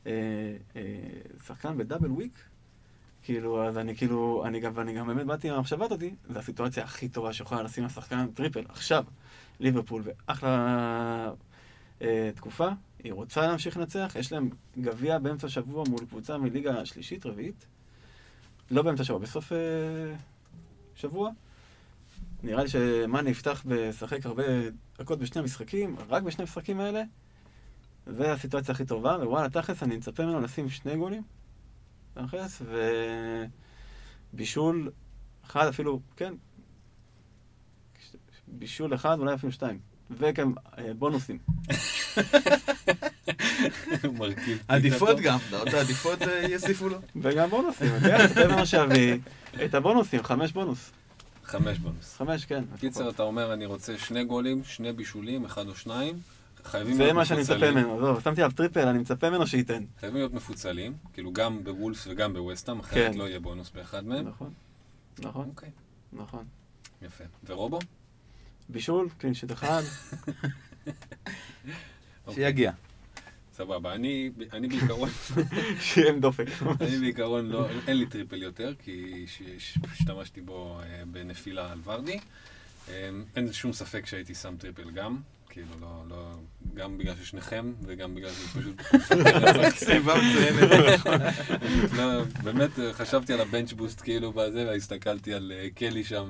שחקן בדאבל וויק, כאילו, אז אני גם באמת באתי עם המחשבת אותי, זו הסיטואציה הכי טובה שיכולה לשים על שחקן טריפל. עכשיו, ליברפול ואחלה תקופה, היא רוצה להמשיך לנצח, יש להם גביע באמצע שבוע מול קבוצה מליגה שלישית, רביעית, לא באמצע שבוע, בסוף שבוע. נראה לי שמאנה יפתח בשחק הרבה דקות בשני המשחקים, רק בשני המשחקים האלה, זה הסיטואציה הכי טובה, ווואלה, תכלס אני מצפה ממנו לשים 2 גולים, תכלס, ובישול אחד אפילו, כן, בישול אחד, אולי אפילו 2, וגם בונוסים. עדיפות גם, עדיפות יוסיפו לו. וגם בונוסים, כן, זה מה שאביא את הבונוסים, 5 בונוס. 5 בונוס. 5, כן. קיצר, אתה אומר, אני רוצה 2 גולים, 2 בישולים, 1 או 2. זה מה שאני מצפה ממנו, זהו, שמתי עליו טריפל, אני מצפה ממנו שייתן. חייבים להיות מפוצלים, כאילו גם בוולפס וגם בווסטהאם, אחרת לא יהיה בונוס באחד מהם. נכון. אוקיי. נכון. יפה. ורובו? בישול, קלין שיט אחד. שיגיע. סבבה, אני בעיקרון... שיהיה עם דופק. אני בעיקרון לא, אין לי טריפל יותר, כי השתמשתי בו בנפילה על ורדי. אין שום ספק שהייתי שם טריפל גם. כאילו, לא, גם בגלל ששניכם, וגם בגלל שזה פשוט... סיבה מצוינת. באמת, חשבתי על הבנץ' בוסט כאילו בזה, והסתכלתי על קלי שם,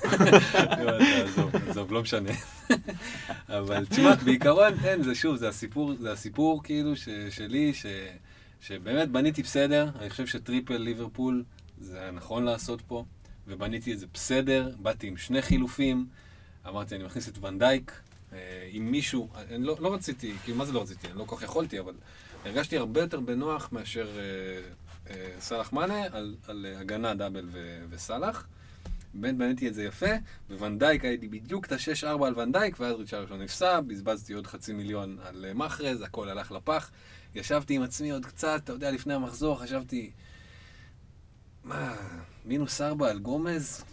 עזוב, לא משנה. אבל תשמע, בעיקרון, אין, זה שוב, זה הסיפור כאילו שלי, שבאמת בניתי בסדר, אני חושב שטריפל ליברפול זה נכון לעשות פה, ובניתי את זה בסדר, באתי עם 2 חילופים, אמרתי, אני מכניס את ונדייק, עם מישהו, אני לא רציתי, כאילו מה זה לא רציתי, אני לא כל כך יכולתי, אבל הרגשתי הרבה יותר בנוח מאשר סלח מאנה על הגנה דאבל וסלח. באמת בניתי את זה יפה, וונדייק הייתי בדיוק את ה-6-4 על ונדייק, ואז ריצ'רליסון נפסע, בזבזתי עוד $500,000 על מחרז, הכל הלך לפח. ישבתי עם עצמי עוד קצת, אתה יודע, לפני המחזור, חשבתי, מה, -4 על גומז?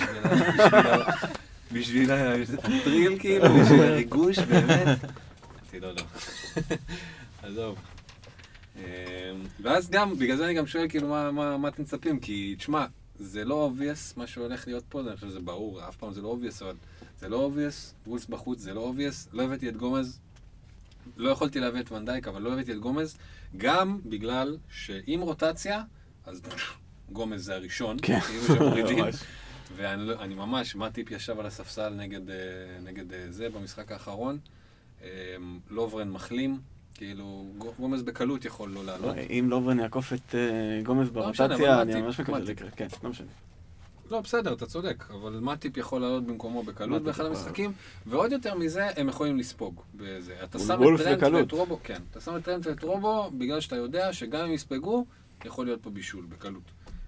בשביל הטריל, כאילו, בשביל הריגוש, באמת. אמרתי, לא. עזוב. ואז גם, בגלל זה אני גם שואל, כאילו, מה אתם מצפים? כי, תשמע, זה לא obvious מה שהולך להיות פה, אני חושב שזה ברור, אף פעם זה לא obvious, אבל זה לא obvious, וולס בחוץ זה לא obvious, לא הבאתי את גומז, לא יכולתי להביא את ונדייק, אבל לא הבאתי את גומז, גם בגלל שעם רוטציה, אז גומז זה הראשון, כאילו שמורידים, ואני ממש, מטיפ ישב על הספסל נגד זה במשחק האחרון, לוברן מחלים, כאילו, גומז בקלות יכול לא לעלות. אם לוברן יעקוף את גומז ברוטציה, אני ממש מקווה שזה יקרה. כן, לא משנה. לא, בסדר, אתה צודק, אבל מטיפ יכול לעלות במקומו בקלות באחד המשחקים, ועוד יותר מזה, הם יכולים לספוג בזה. אתה שם את טרנט ואת רובו, כן, אתה שם את טרנט ואת רובו, בגלל שאתה יודע שגם אם יספגו, יכול להיות פה בישול בקלות.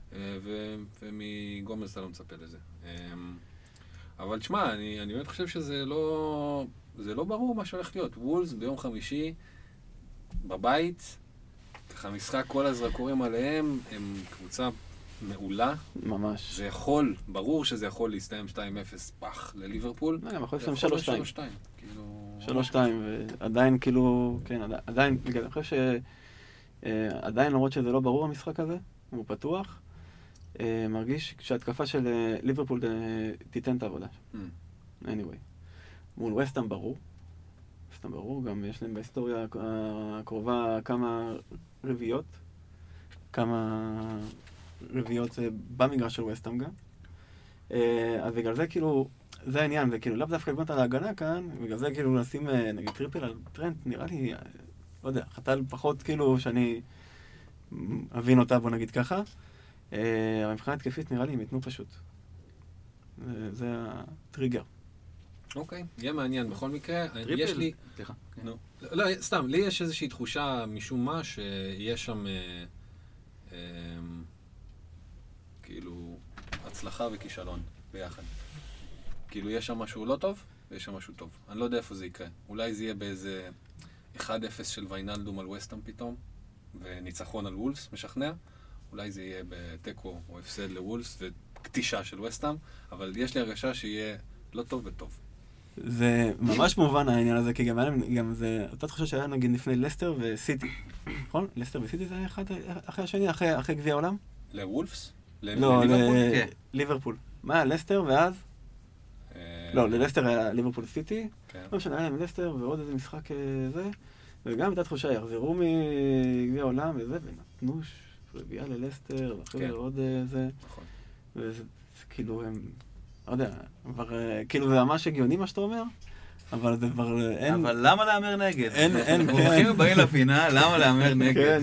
ומגומז אתה לא מצפה לזה. אבל תשמע, אני באמת חושב שזה לא ברור מה שהולך להיות. וולס ביום חמישי, בבית, ככה משחק כל הזרקורים עליהם, הם קבוצה מעולה. ממש. זה יכול, ברור שזה יכול להסתיים 2-0 פח לליברפול. לא, יכול להסתיים 3-2. 3-2, ועדיין כאילו, כן, עדיין, אני חושב שעדיין למרות שזה לא ברור המשחק הזה, הוא פתוח, מרגיש שההתקפה של ליברפול תיתן את העבודה. anyway. מול וסטהאם ברור. גם יש להם בהיסטוריה הקרובה כמה רביעיות במגרש של וסטהאם גם. אז בגלל זה כאילו, זה העניין, זה כאילו לאו דווקא לבנות על ההגנה כאן, בגלל זה כאילו לשים נגיד טריפל על טרנט, נראה לי, לא יודע, חתל פחות כאילו שאני אבין אותה, בוא נגיד ככה. אבל מבחינה התקפית נראה לי הם יתנו פשוט. זה הטריגר. אוקיי, יהיה מעניין בכל מקרה. יש לי... סליחה. לא, סתם, לי יש איזושהי תחושה משום מה שיש שם כאילו הצלחה וכישלון ביחד. כאילו יש שם משהו לא טוב ויש שם משהו טוב. אני לא יודע איפה זה יקרה. אולי זה יהיה באיזה 1-0 של ויינלדום על וסטהאם פתאום, וניצחון על וולס משכנע. אולי זה יהיה בטקו או הפסד לוולס וקטישה של וסטהאם, אבל יש לי הרגשה שיהיה לא טוב וטוב. זה ממש מובן העניין הזה, כי גם זה אותה תחושה שהיה נגיד לפני לסטר וסיטי, נכון? לסטר וסיטי זה היה אחד אחרי השני, אחרי גביע העולם? לוולפס? לא, לליברפול. מה, לסטר ואז? לא, ללסטר היה ליברפול סיטי, לא משנה, היה להם לסטר ועוד איזה משחק זה, וגם הייתה תחושה, יחזרו מגביע העולם וזה, ונתנו רביעה ללסטר, ואחרי עוד זה, וזה כאילו הם... לא יודע, אבל כאילו זה ממש הגיוני מה שאתה אומר, אבל זה כבר אין... אבל למה לאמר נגד? אין, מומחים באים לפינה, למה לאמר נגד?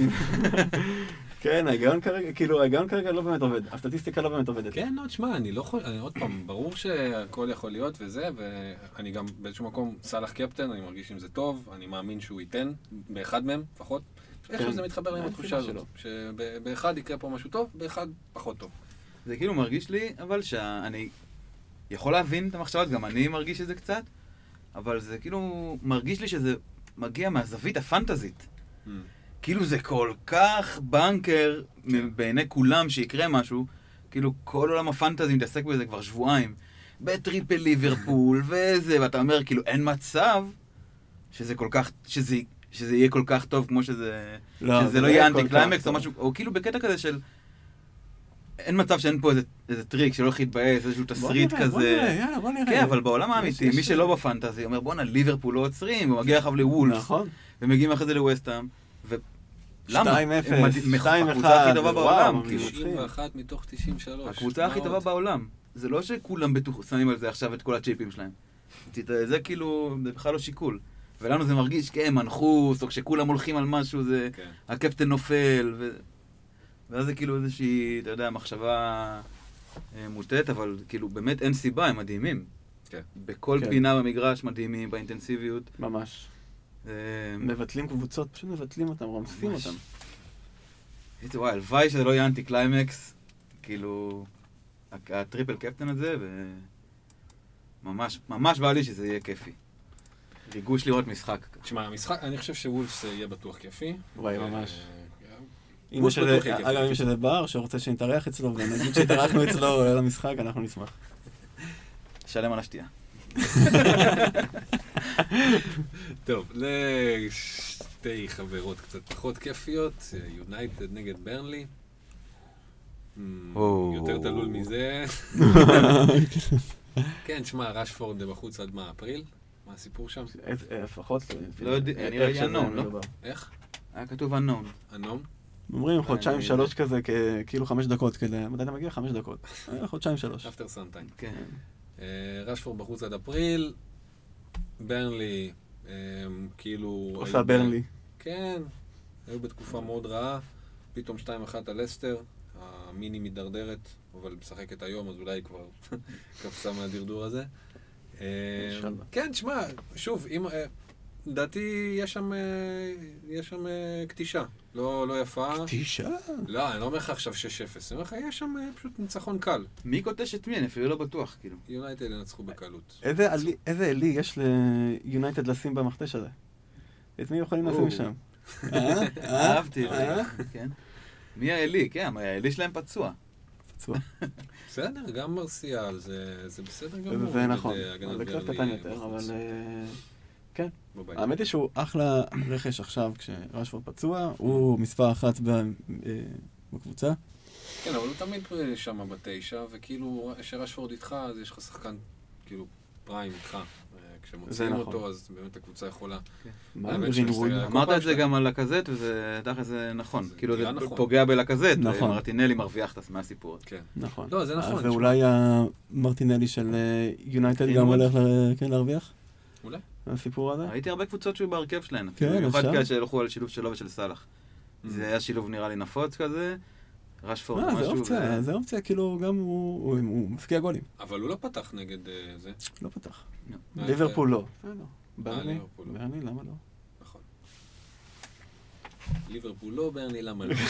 כן, ההיגיון כרגע לא באמת עובד, הסטטיסטיקה לא באמת עובדת. כן, לא, תשמע, אני לא יכול, עוד פעם, ברור שהכל יכול להיות וזה, ואני גם באיזשהו מקום סלח קפטן, אני מרגיש עם זה טוב, אני מאמין שהוא ייתן, באחד מהם, לפחות. איך זה מתחבר עם התחושה הזאת? שבאחד יקרה פה משהו טוב, באחד פחות טוב. זה כאילו מרגיש לי, אבל שאני יכול להבין את המחשבות, גם אני מרגיש את זה קצת, אבל זה כאילו מרגיש לי שזה מגיע מהזווית הפנטזית. כאילו זה כל כך בנקר בעיני כולם שיקרה משהו, כאילו כל עולם הפנטזי מתעסק בזה כבר שבועיים, בטריפל ליברפול וזה, ואתה אומר כאילו אין מצב שזה כל כך, שזה יהיה כל כך טוב כמו שזה לא יהיה אנטי קליימקס או משהו, או כאילו בקטע כזה של אין מצב שאין פה איזה טריק שלא יתבאס, איזשהו תסריט כזה. בוא נראה. כן, אבל בעולם האמיתי, מי שלא בפנטזי אומר בואנה ליברפול לא עוצרים, הוא מגיע אחריו לוולס, ומגיעים אחרי זה לווסטהאם, למה? 2-0, הקבוצה הכי טובה בעולם. 91 מתוך 93. הקבוצה הכי טובה בעולם. זה לא שכולם שמים על זה עכשיו את כל הצ'יפים שלהם. זה כאילו, זה בכלל לא שיקול. ולנו זה מרגיש, כן, מנחוס, או כשכולם הולכים על משהו, זה הקפטן נופל, ואז זה כאילו איזושהי, אתה יודע, מחשבה מוטט, אבל כאילו באמת אין סיבה, הם מדהימים. כן. בכל פינה במגרש מדהימים, באינטנסיביות. ממש. מבטלים קבוצות, פשוט מבטלים אותם, רומסים אותם. וואי, הלוואי שזה לא יהיה אנטי קליימקס, כאילו, הטריפל קפטן הזה, ממש בא לי שזה יהיה כיפי. ריגוש לראות משחק. תשמע, המשחק, אני חושב שוולפס יהיה בטוח כיפי. וואי, ממש. אם יש איזה בר שרוצה שנתארח אצלו, ונגיד שהתארחנו אצלו על המשחק, אנחנו נשמח. שלם על השתייה. טוב, לשתי חברות קצת פחות כיפיות, יונייטד נגד ברנלי. יותר תלול מזה. כן, שמע, רשפורד בחוץ עד מה, אפריל? מה הסיפור שם? לפחות. לא יודע, אני ראיתי unknown, לא? איך? היה כתוב unknown. unknown? אומרים חודשיים 3 כזה, כאילו 5 דקות, מתי אתה מגיע? 5 דקות. חודשיים 3. after some time. כן. רשפורד בחוץ עד אפריל, ברנלי, כאילו... עושה ברנלי. כן, היו בתקופה מאוד רעה, פתאום 2-1 על אסטר, המיני מדרדרת, אבל משחקת היום, אז אולי כבר קפצה מהדרדור הזה. כן, שמע, שוב, לדעתי יש שם קטישה, לא יפה. קטישה? לא, אני לא אומר לך עכשיו 6-0, אני אומר לך, יש שם פשוט ניצחון קל. מי קוטש את מי? אני אפילו לא בטוח, כאילו. יונייטד ינצחו בקלות. איזה אלי יש ליונייטד לשים במכתש הזה? את מי יכולים לשים שם? אהבתי את זה, כן. מי האלי? כן, האלי שלהם פצוע. פצוע. בסדר, גם מרסיאל, זה בסדר גמור. זה נכון, זה קצת קטן יותר, אבל... כן. האמת היא שהוא אחלה רכש עכשיו כשרשפורד פצוע, הוא מספר 1 בקבוצה. כן, אבל הוא תמיד שם ב9, וכאילו כשרשפורד איתך, אז יש לך שחקן כאילו פריים איתך. כשמוציאים אותו, אז באמת הקבוצה יכולה... אמרת את זה גם על לקזט, וזה דרך זה נכון. כאילו זה פוגע בלקזט, מרטינלי מרוויח מהסיפור. נכון. לא, זה נכון. ואולי המרטינלי של יונייטד גם הולך להרוויח? אולי. הסיפור הזה? ראיתי הרבה קבוצות שהוא בהרכב שלהן. כן, במיוחד כאלה שהלכו על שילוב שלו ושל סלאח. זה היה שילוב נראה לי נפוץ כזה. רשפורד משהו. זה אופציה, כאילו גם הוא מפקיע גולים. אבל הוא לא פתח נגד זה. לא פתח. ליברפול לא. ברני, למה לא? נכון. ליברפול לא, ברני, למה לא?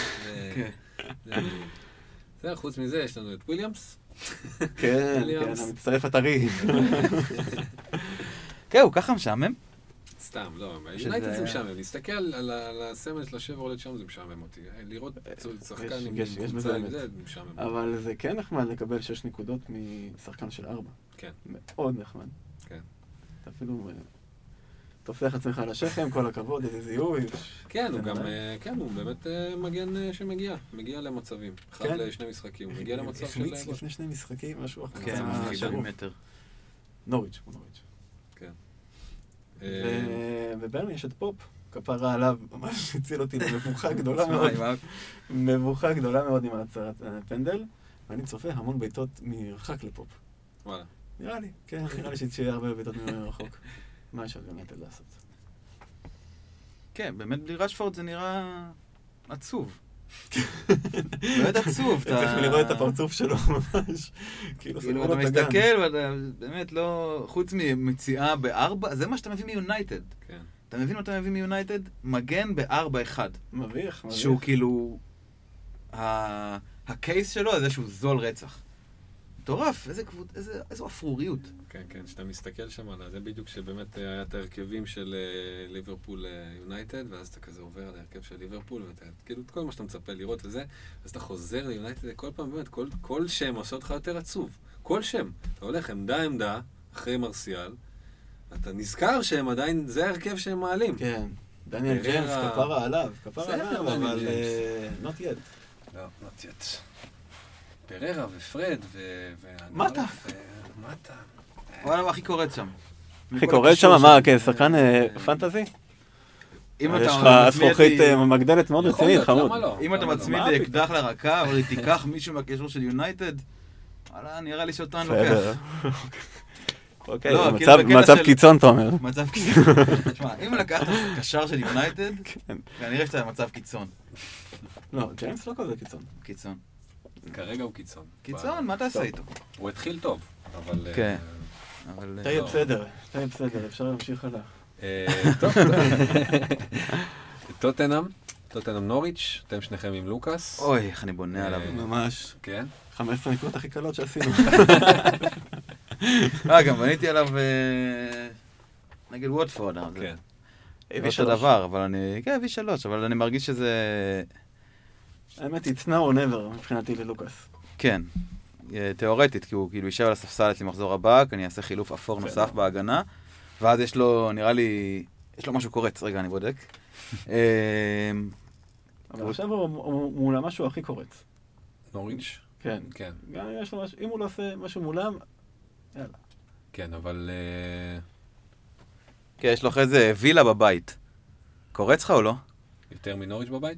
זה, חוץ מזה, יש לנו את וויליאמס. כן, המצטרף הטרי. כן, הוא ככה משעמם. סתם, לא, יונייטד זה משעמם. להסתכל על הסמל של השברולט שם זה משעמם אותי. לראות שחקן עם קבוצה עם זה משעמם. אבל זה כן נחמד לקבל 6 נקודות משחקן של 4. כן. מאוד נחמד. כן. אתה אפילו תופח עצמך על השכם, כל הכבוד, איזה זיהוי. כן, הוא גם, כן, הוא באמת מגן שמגיע. מגיע למצבים. 1 ל2 משחקים. הוא מגיע למצב של... החמיץ לפני 2 משחקים, משהו אחר. כן, מפחיד מטר. נוריץ'. כן. וברני יש את פופ, כפרה עליו, ממש הציל אותי מבוכה גדולה מאוד. מבוכה גדולה מאוד עם הצהרת פנדל, ואני צופה המון בעיטות מרחק לפופ. וואלה. נראה לי, כן, נראה לי שיהיה הרבה בעיטות מרחוק. מה יש על יונייטד לעשות? כן, באמת בלי רשפורד זה נראה עצוב. באמת עצוב. צריך לראות את הפרצוף שלו ממש. כאילו אתה מסתכל ואתה באמת לא... חוץ ממציאה ב4, זה מה שאתה מביא מיונייטד. אתה מבין מה אתה מביא מיונייטד? מגן ב4-1. מביך. שהוא כאילו... הקייס שלו זה שהוא זול רצח. מטורף, איזו אפרוריות. כן, כן, שאתה מסתכל שם עליה, זה בדיוק שבאמת היה את ההרכבים של ליברפול יונייטד, ואז אתה כזה עובר על ההרכב של ליברפול, ואתה כאילו את כל מה שאתה מצפה לראות וזה, אז אתה חוזר ליונייטד, כל פעם באמת, כל שם עושה אותך יותר עצוב. כל שם. אתה הולך עמדה, אחרי מרסיאל, אתה נזכר שהם עדיין, זה ההרכב שהם מעלים. כן, דניאל ג'יימס, כפרה עליו, אבל not yet. לא, not yet. פררה ופרד מטה. מטה. וואלה, מה הכי קוראת שם? הכי קוראת שם? מה, כשחקן פנטזי? יש לך זכוכית מגדלת מאוד רצינית, חמוד. אם אתה מצמיד אקדח לרקה, אבל תיקח מישהו מהקישור של יונייטד, וואלה, נראה לי שאותן לוקח. אוקיי, מצב קיצון, אתה אומר. מצב קיצון. תשמע, אם לקחת קשר של יונייטד, כנראה שאתה במצב קיצון. לא, ג'יימס לא כזה קיצון. קיצון. כרגע הוא קיצון. קיצון, מה תעשה איתו? הוא התחיל טוב, אבל... כן. אבל... תהיה בסדר, אפשר להמשיך הלאה. טוב. טוטנהאם נוריץ', אתם שניכם עם לוקאס. אוי, איך אני בונה עליו. ממש. כן. 15 נקודות הכי קלות שעשינו. גם בניתי עליו נגד ווטפורד. כן. לא אותו דבר, אבל אני... כן, V3, אבל אני מרגיש שזה... האמת היא, it's now or never מבחינתי ללוקאס. כן. תיאורטית, כי הוא כאילו יישב על הספסל אצלי מחזור הבא, אני אעשה חילוף אפור נוסף בהגנה, ואז יש לו, נראה לי, יש לו משהו קורץ. רגע, אני בודק. אבל עכשיו הוא מול משהו הכי קורץ. נוריץ'? כן. כן. גם יש לו משהו, אם הוא לא עושה משהו מולם, יאללה. כן, אבל... כן, יש לו אחרי זה וילה בבית. קורץ לך או לא? יותר מנוריץ' בבית?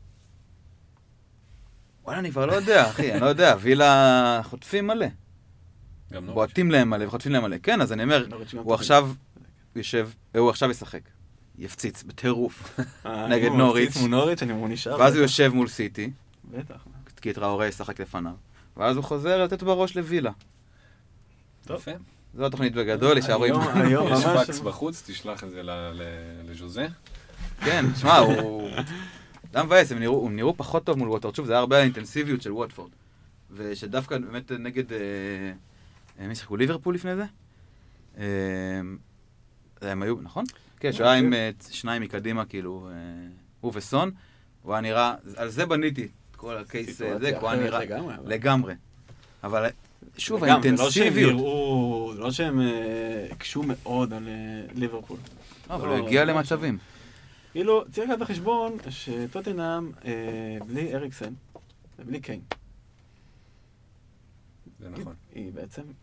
וואלה, אני כבר לא יודע, אחי, אני לא יודע. וילה חוטפים מלא. גם נוריץ'. בועטים להם מלא וחוטפים להם מלא. כן, אז אני אומר, הוא עכשיו יושב, הוא עכשיו ישחק. יפציץ בטירוף נגד נוריץ'. מול נוריץ', הוא נשאר. ואז הוא יושב מול סיטי. בטח. כי טראורי ישחק לפניו. ואז הוא חוזר לתת בראש לווילה. יפה. זו התוכנית בגדול, ישארו עם... יש פקס בחוץ, תשלח את זה לז'וזה. כן, תשמע, הוא... דם מבאס, הם נראו פחות טוב מול ווטפורד. שוב, זה היה הרבה על האינטנסיביות של ווטפורד. ושדווקא באמת נגד... מי שחקו ליברפול לפני זה? הם היו, נכון? כן, שהוא היה עם שניים מקדימה, כאילו, הוא וסון. הוא היה נראה... על זה בניתי כל הקייס הזה, הוא היה נראה לגמרי. אבל שוב, האינטנסיביות... זה לא שהם הקשו מאוד על ליברפול. אבל הוא הגיע למצבים. כאילו, צריך לקחת בחשבון שטוטנהאם בלי אריקסן ובלי קיין. זה נכון. היא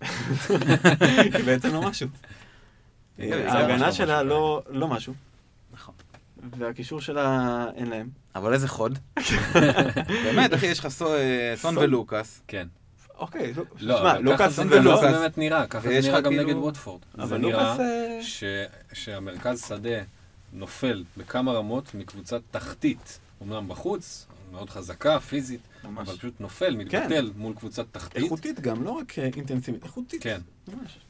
בעצם לא משהו. ההגנה שלה לא משהו. נכון. והקישור שלה אין להם. אבל איזה חוד. באמת, אחי, יש לך סון ולוקאס. כן. אוקיי, לא, ככה זה באמת נראה, ככה זה נראה גם נגד ווטפורד. זה נראה שהמרכז שדה נופל בכמה רמות מקבוצת תחתית, אומנם בחוץ, מאוד חזקה, פיזית, אבל פשוט נופל, מתבטל מול קבוצת תחתית. איכותית גם, לא רק אינטנסיבית, איכותית. כן. ממש.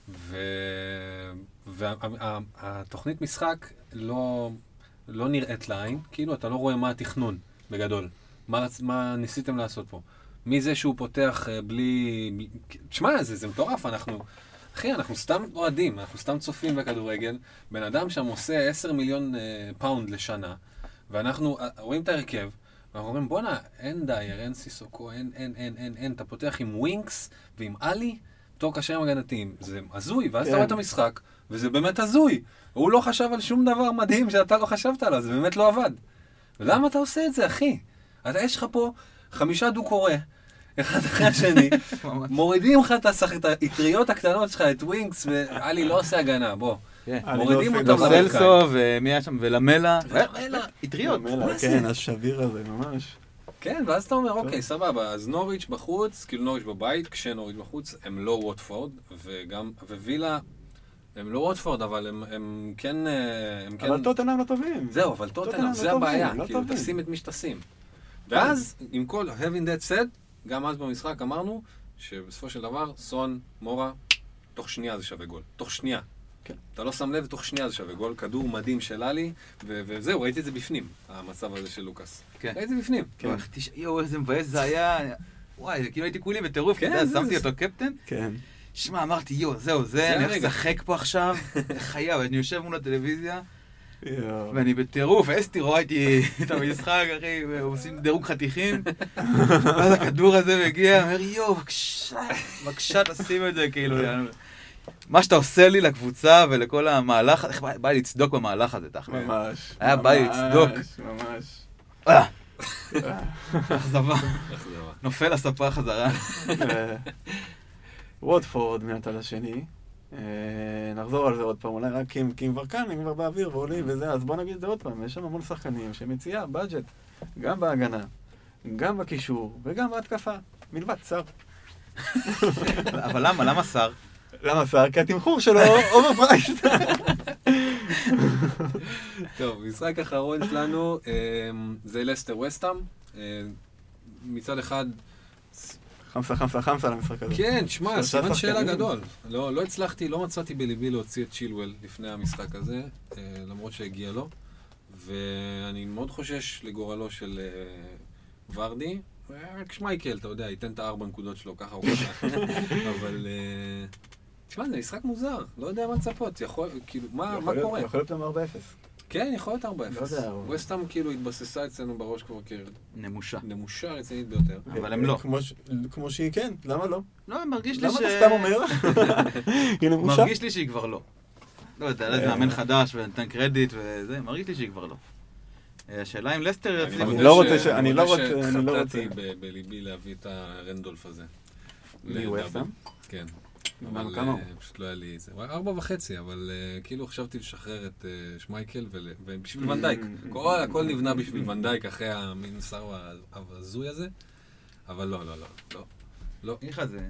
והתוכנית משחק לא נראית לעין, כאילו אתה לא רואה מה התכנון בגדול. מה ניסיתם לעשות פה? מזה שהוא פותח בלי... תשמע, זה מטורף, אנחנו סתם אוהדים, אנחנו סתם צופים בכדורגל, בן אדם שם עושה 10 מיליון פאונד לשנה, ואנחנו רואים את ההרכב, ואנחנו אומרים, בונה, אין דייר, אין סיסוקו, אין, אתה פותח עם ווינקס ועם אלי, בתור קשרים הגנתיים, זה הזוי, ואז אתה רואה את המשחק, וזה באמת הזוי. הוא לא חשב על שום דבר מדהים שאתה לא חשבת עליו, זה באמת לא עבד. ולמה אתה עושה את זה, אחי? יש לך פה 5 דו-קורא, אחד אחרי השני, מורידים לך את היטריות הקטנות שלך, את ווינקס, ואלי לא עושה הגנה, בוא. מורידים אותם למרכז. סלסו, ומי היה שם, ולמלה. יטריות. כן, השביר הזה, ממש. כן, ואז אתה אומר, אוקיי, סבבה, אז נוריץ' בחוץ, כאילו נוריץ' בבית, כשנוריץ' בחוץ, הם לא ווטפורד, ווילה, הם לא ווטפורד, אבל הם כן... אבל טוטנהאם לא טובים. זהו, אבל טוטנהאם, זה הבעיה, כאילו, תשים את מי שתשים. ואז, עם כל having that said, גם אז במשחק אמרנו שבסופו של דבר, סון, מורה, תוך שנייה זה שווה גול. תוך שנייה. כן. אתה לא שם לב, תוך שנייה זה שווה גול. כדור מדהים של אלי, וזהו, ראיתי את זה בפנים, המצב הזה של לוקאס. כן. ראיתי את זה בפנים. כן. יואו, איזה מבאס זה היה... וואי, כאילו הייתי כולי בטירוף, אתה יודע, שמתי אותו קפטן. כן. שמע, אמרתי, יואו, זהו, אני הולך לשחק פה עכשיו, חייב, אני יושב מול הטלוויזיה, ואני בטירוף, אסתי רואה איתי את המשחק, אחי, ועושים דירוג חתיכים, ואז הכדור הזה מגיע, אומר, יואו, בבקשה תשים את זה, כאילו, מה שאתה עושה לי לקבוצה ולכל המהלך, איך בא לי לצדוק במהלך הזה, תכף. ממש. היה בא לי לצדוק. ממש. אכזבה. נופל לספה חזרה. ווטפורד מהצד השני. נחזור על זה עוד פעם, אולי רק כי הם כבר כאן, הם כבר באוויר ועולים וזה, אז בוא נגיד את זה עוד פעם, יש שם המון שחקנים שמציעה בדג'ט, גם בהגנה, גם בקישור וגם בהתקפה, מלבד שר. אבל למה? למה שר? למה שר? כי התמחור שלו אוברפרייסט. טוב, משחק אחרון שלנו זה לסטר וסטהאם. מצד אחד חמסה למשחק הזה. כן, תשמע, סימן שאלה שחקנים. גדול. לא הצלחתי, לא מצאתי בליבי להוציא את צ'ילואל לפני המשחק הזה, למרות שהגיע לו, ואני מאוד חושש לגורלו של ורדי. רק שמייקל, אתה יודע, ייתן את 4 נקודות שלו, ככה או ככה. אבל... תשמע, זה משחק מוזר, לא יודע מה לצפות, כאילו, מה קורה? יכול להיות לנו 4-0. כן, יכול להיות 4-0. לא יודע. ווסטהאם כאילו התבססה אצלנו בראש כבר נמושה. רצינית ביותר. אבל הם לא. כמו שהיא כן, למה לא? לא, מרגיש לי למה אתה סתם אומר? היא נמושה? מרגיש לי שהיא כבר לא. לא יודע, איזה מאמן חדש ונתן קרדיט וזה, מרגיש לי שהיא כבר לא. השאלה אם לסטר יצליחו... אני לא רוצה אני מודה שחטאתי בליבי להביא את הרנדולף הזה. מווסטהאם? כן. כמה אבל הוא? פשוט לא היה לי זה. הוא היה 4.5, אבל כאילו חשבתי לשחרר את שמייקל ובשביל ונדייק. הכל נבנה בשביל ונדייק אחרי המינוסר ההזוי הזה. אבל לא. איך זה?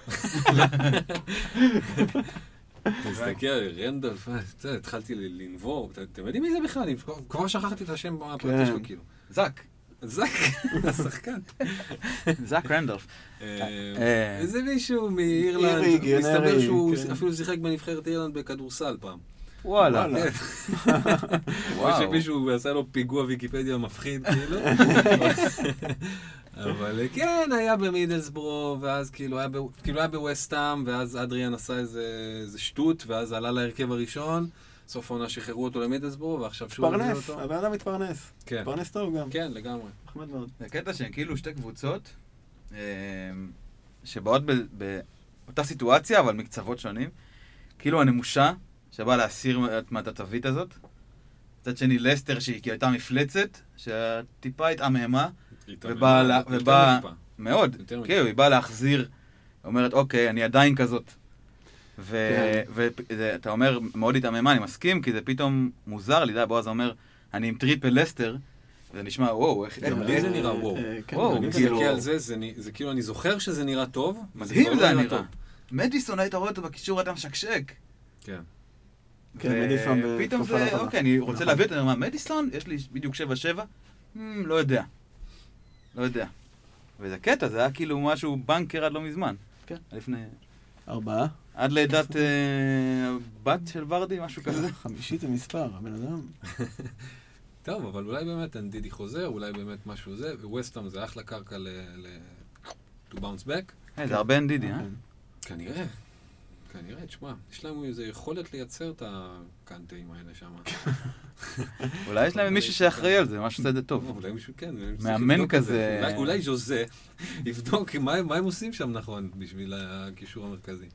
תסתכל, רנדולף, התחלתי לנבור. אתם יודעים מי זה בכלל? אני כבר שכחתי את השם הפרטי שלו כאילו. זק, השחקן. זק רנדולף. איזה מישהו מאירלנד, אירי, מסתבר שהוא כן. אפילו שיחק בנבחרת אירלנד בכדורסל פעם. וואלה. או שמישהו עשה לו פיגוע ויקיפדיה מפחיד, כאילו. אבל כן, היה במידלסבורו, ואז כאילו היה בווסטהאם, ואז אדריאן עשה איזה שטות, ואז עלה להרכב הראשון, סוף העונה שחררו אותו למידלסבורו, ועכשיו שוב הביאו אותו. הבן אדם מתפרנס. כן. מתפרנס טוב גם. כן, לגמרי. נחמד מאוד. זה קטע שהן כאילו שתי קבוצות שבאות באותה סיטואציה, אבל מקצוות שונים. כאילו הנמושה, שבאה להסיר את התווית הזאת. מצד שני לסטר שהיא כאילו הייתה מפלצת, שהטיפה התעממה, ובאה מאוד, כאילו היא באה להחזיר, אומרת אוקיי, אני עדיין כזאת. ואתה אומר, מאוד התעממה, אני מסכים, כי זה פתאום מוזר לי, בועז אומר, אני עם טריפל לסטר, וזה נשמע, וואו, איך... גם לי זה נראה וואו. אני מסתכל על זה, זה כאילו, אני זוכר שזה נראה טוב. מדהים זה נראה. מדיסון, היית רואה אותו בקישור, אתה משקשק. כן. כן, מדיסון ופתאום זה, אוקיי, אני רוצה להביא אותו, אני אומר, מדיסון, יש לי בדיוק 7-7, לא יודע. וזה קטע, זה היה כאילו משהו בנקר עד לא מזמן. כן. לפני... 4. עד לידת בת של ורדי, משהו כזה. 5 זה מספר, הבן אדם. טוב, אבל אולי באמת NDD חוזר, אולי באמת משהו זה, וווסטהאם זה אחלה קרקע to bounce back. זה הרבה NDD, אה? כנראה, תשמע, יש להם איזו יכולת לייצר את הקנטאים האלה שם. אולי יש להם מישהו שאחראי על זה, משהו שעושה את זה טוב. אולי מישהו, כן. מאמן כזה. אולי ז'וזה יבדוק מה הם עושים שם נכון בשביל הקישור המרכזי.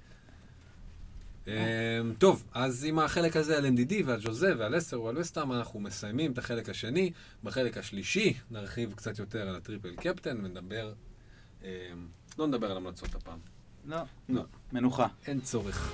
טוב, אז עם החלק הזה על NDD ועל ז'וזה ועל לסטר ועל ווסטהאם אנחנו מסיימים את החלק השני. בחלק השלישי נרחיב קצת יותר על הטריפל קפטן ונדבר, לא נדבר על המלצות הפעם. לא, מנוחה. אין צורך.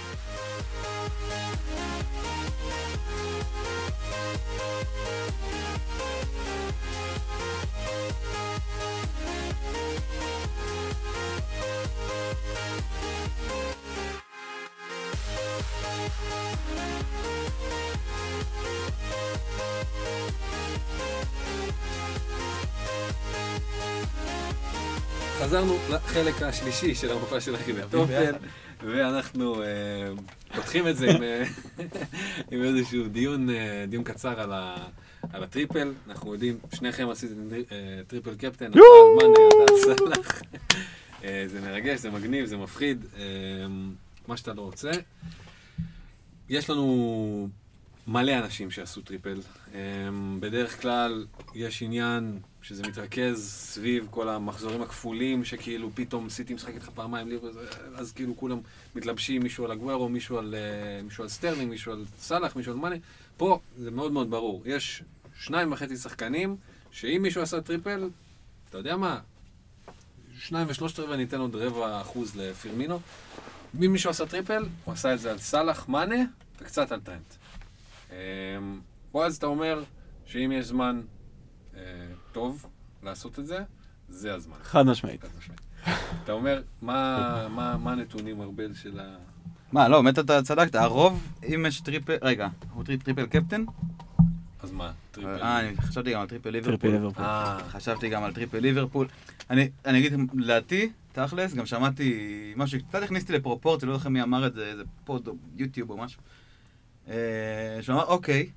חזרנו לחלק השלישי של המופע של אחיטופל, ואנחנו פותחים את זה עם איזשהו דיון קצר על הטריפל. אנחנו יודעים, שניכם עשיתם טריפל קפטן, אתה אלמן, אתה סלח. זה מרגש, זה מגניב, זה מפחיד, מה שאתה לא רוצה. יש לנו מלא אנשים שעשו טריפל. בדרך כלל יש עניין שזה מתרכז סביב כל המחזורים הכפולים, שכאילו פתאום סיטי משחק איתך פעמיים, אז כאילו כולם מתלבשים, מישהו על אגוארו, מישהו על סטרלינג, מישהו על סלח, מישהו על מאני. פה זה מאוד מאוד ברור. יש 2.5 שחקנים, שאם מישהו עשה טריפל, אתה יודע מה? 2.75 ניתן עוד 0.25% לפירמינו. אם מישהו עשה טריפל, הוא עשה את זה על סלח, מאני, וקצת על טרנט. אז אתה אומר שאם יש זמן טוב לעשות את זה, זה הזמן. חד משמעית. אתה אומר, מה הנתונים ארבל של ה... מה, לא, באמת אתה צדקת, הרוב, אם יש טריפל, רגע, הוא טריפל קפטן? אז מה? אני חשבתי גם על טריפל ליברפול. חשבתי גם על טריפל ליברפול. אני אגיד, לדעתי, תכלס, גם שמעתי משהו, קצת הכניסתי לפרופורציה, לא יודע מי אמר את זה, איזה פוד או יוטיוב או משהו. שאמר, אוקיי,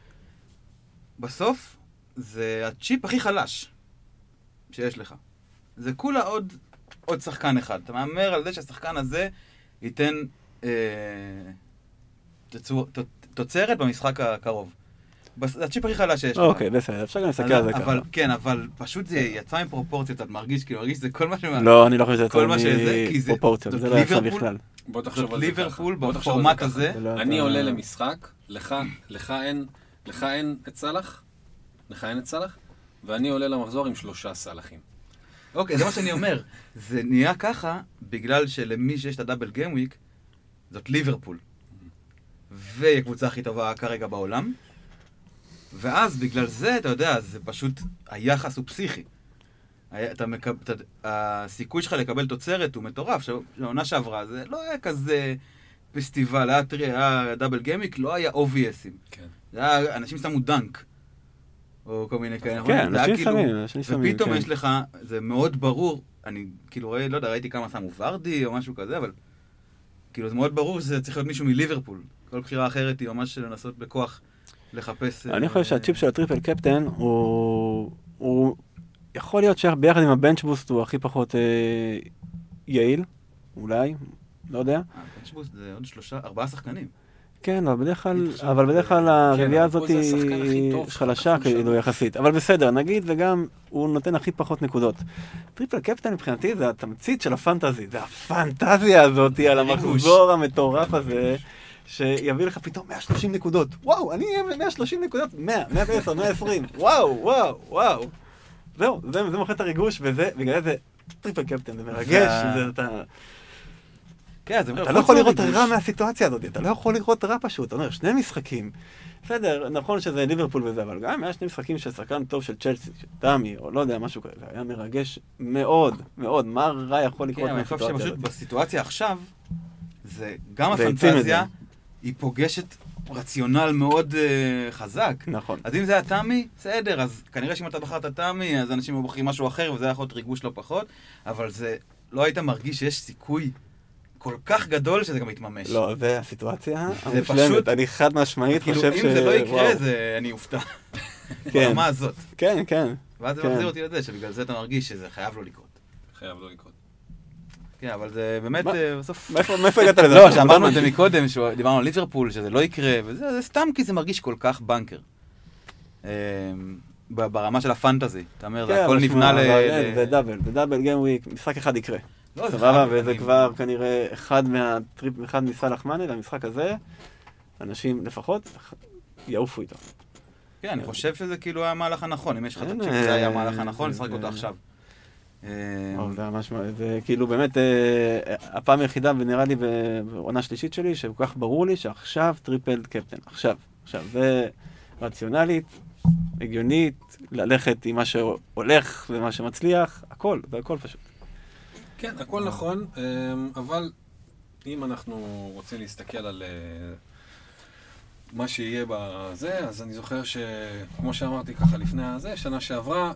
בסוף זה הצ'יפ הכי חלש שיש לך. זה כולה עוד שחקן אחד. אתה מאמר על זה שהשחקן הזה ייתן תוצרת במשחק הקרוב. זה הצ'יפ הכי חלש שיש לך. אוקיי, בסדר, אפשר גם להסתכל על זה ככה. כן, אבל פשוט זה יצא עם פרופורציות, אתה מרגיש שזה כל מה שמה... לא, אני לא חושב שזה יצא מפרופורציות, זה לא יצא בכלל. בוא תחשוב על זה ככה. ליברפול בפורמט הזה. אני עולה למשחק, לך אין את סלאח, ואני עולה למחזור עם 3 סלאחים. אוקיי, זה מה שאני אומר. זה נהיה ככה, בגלל שלמי שיש את הדאבל גיימוויק, זאת ליברפול. והיא הקבוצה הכי טובה כרגע בעולם. ואז בגלל זה, אתה יודע, זה פשוט, היחס הוא פסיכי. הסיכוי שלך לקבל תוצרת הוא מטורף. שהעונה שעברה, זה לא היה כזה פסטיבל, היה דאבל גיימוויק, לא היה אובייסים. אנשים שמו דנק. או כל מיני כאלה. כן, אנשים שמים. ופתאום יש לך, זה מאוד ברור, אני כאילו לא יודע, ראיתי כמה שמו ורדי או משהו כזה, אבל כאילו זה מאוד ברור שזה צריך להיות מישהו מליברפול. כל בחירה אחרת היא ממש לנסות בכוח לחפש... אני חושב שהצ'יפ של הטריפל קפטן הוא יכול להיות שביחד עם הבנץ' בוסט הוא הכי פחות יעיל, אולי, לא יודע. הבנץ' בוסט זה עוד 4 שחקנים. כן, אבל בדרך כלל הרביעה הזאת היא חלשה כאילו יחסית. אבל בסדר, נגיד, וגם הוא נותן הכי פחות נקודות. טריפל קפטן מבחינתי זה התמצית של הפנטזי. זה הפנטזיה הזאת על המחזור המטורף הזה, שיביא לך פתאום 130 נקודות. וואו, אני אהיה 130 נקודות, 100, 110, 120. וואו. זהו, זה מוכר את הריגוש, וזה, בגלל זה טריפל קפטן, זה מרגש, אתה לא יכול לראות רע מהסיטואציה הזאת, אתה לא יכול לראות רע פשוט, אתה אומר, 2 משחקים, בסדר, נכון שזה ליברפול וזה, אבל גם היה 2 משחקים של שחקן טוב של צ'לסי, של טאמי, או לא יודע, משהו כזה, היה מרגש מאוד, מאוד, מה רע יכול לקרות מהסיטואציה הזאת? כן, אני חושב שפשוט בסיטואציה עכשיו, זה גם הפנטזיה, היא פוגשת רציונל מאוד חזק. נכון. אז אם זה היה טאמי, בסדר, אז כנראה שאם אתה בחרת טאמי, אז אנשים בוחרים משהו אחר, וזה יכול להיות ריגוש לא פחות, אבל זה, לא היית מרגיש שיש סיכוי כל כך גדול שזה גם יתממש. לא, זה הסיטואציה המושלמת. אני חד משמעית חושב אם זה לא יקרה, אני אופתע. ברמה הזאת. כן. ואז זה מחזיר אותי לזה, שבגלל זה אתה מרגיש שזה חייב לא לקרות. כן, אבל זה באמת בסוף... מאיפה הגעת לזה? לא, שאמרנו את זה מקודם, דיברנו על ליברפול, שזה לא יקרה, וזה סתם כי זה מרגיש כל כך בנקר. ברמה של הפנטזי. אתה אומר, זה הכל נבנה זה דאבל גיים וויק, משחק אחד יקרה. סבבה, וזה כבר כנראה אחד מסלאח מאנה למשחק הזה, אנשים לפחות יעופו איתו. כן, אני חושב שזה כאילו היה המהלך הנכון, אם יש לך את הצ'יפ, זה היה המהלך הנכון, נשחק אותו עכשיו. זה כאילו באמת הפעם היחידה ונראה לי בעונה שלישית שלי שכל כך ברור לי שעכשיו טריפל קפטן, עכשיו זה רציונלית, הגיונית, ללכת עם מה שהולך ומה שמצליח, זה הכל פשוט. כן, הכל נכון, אבל אם אנחנו רוצים להסתכל על מה שיהיה בזה, אז אני זוכר שכמו שאמרתי ככה לפני הזה, שנה שעברה,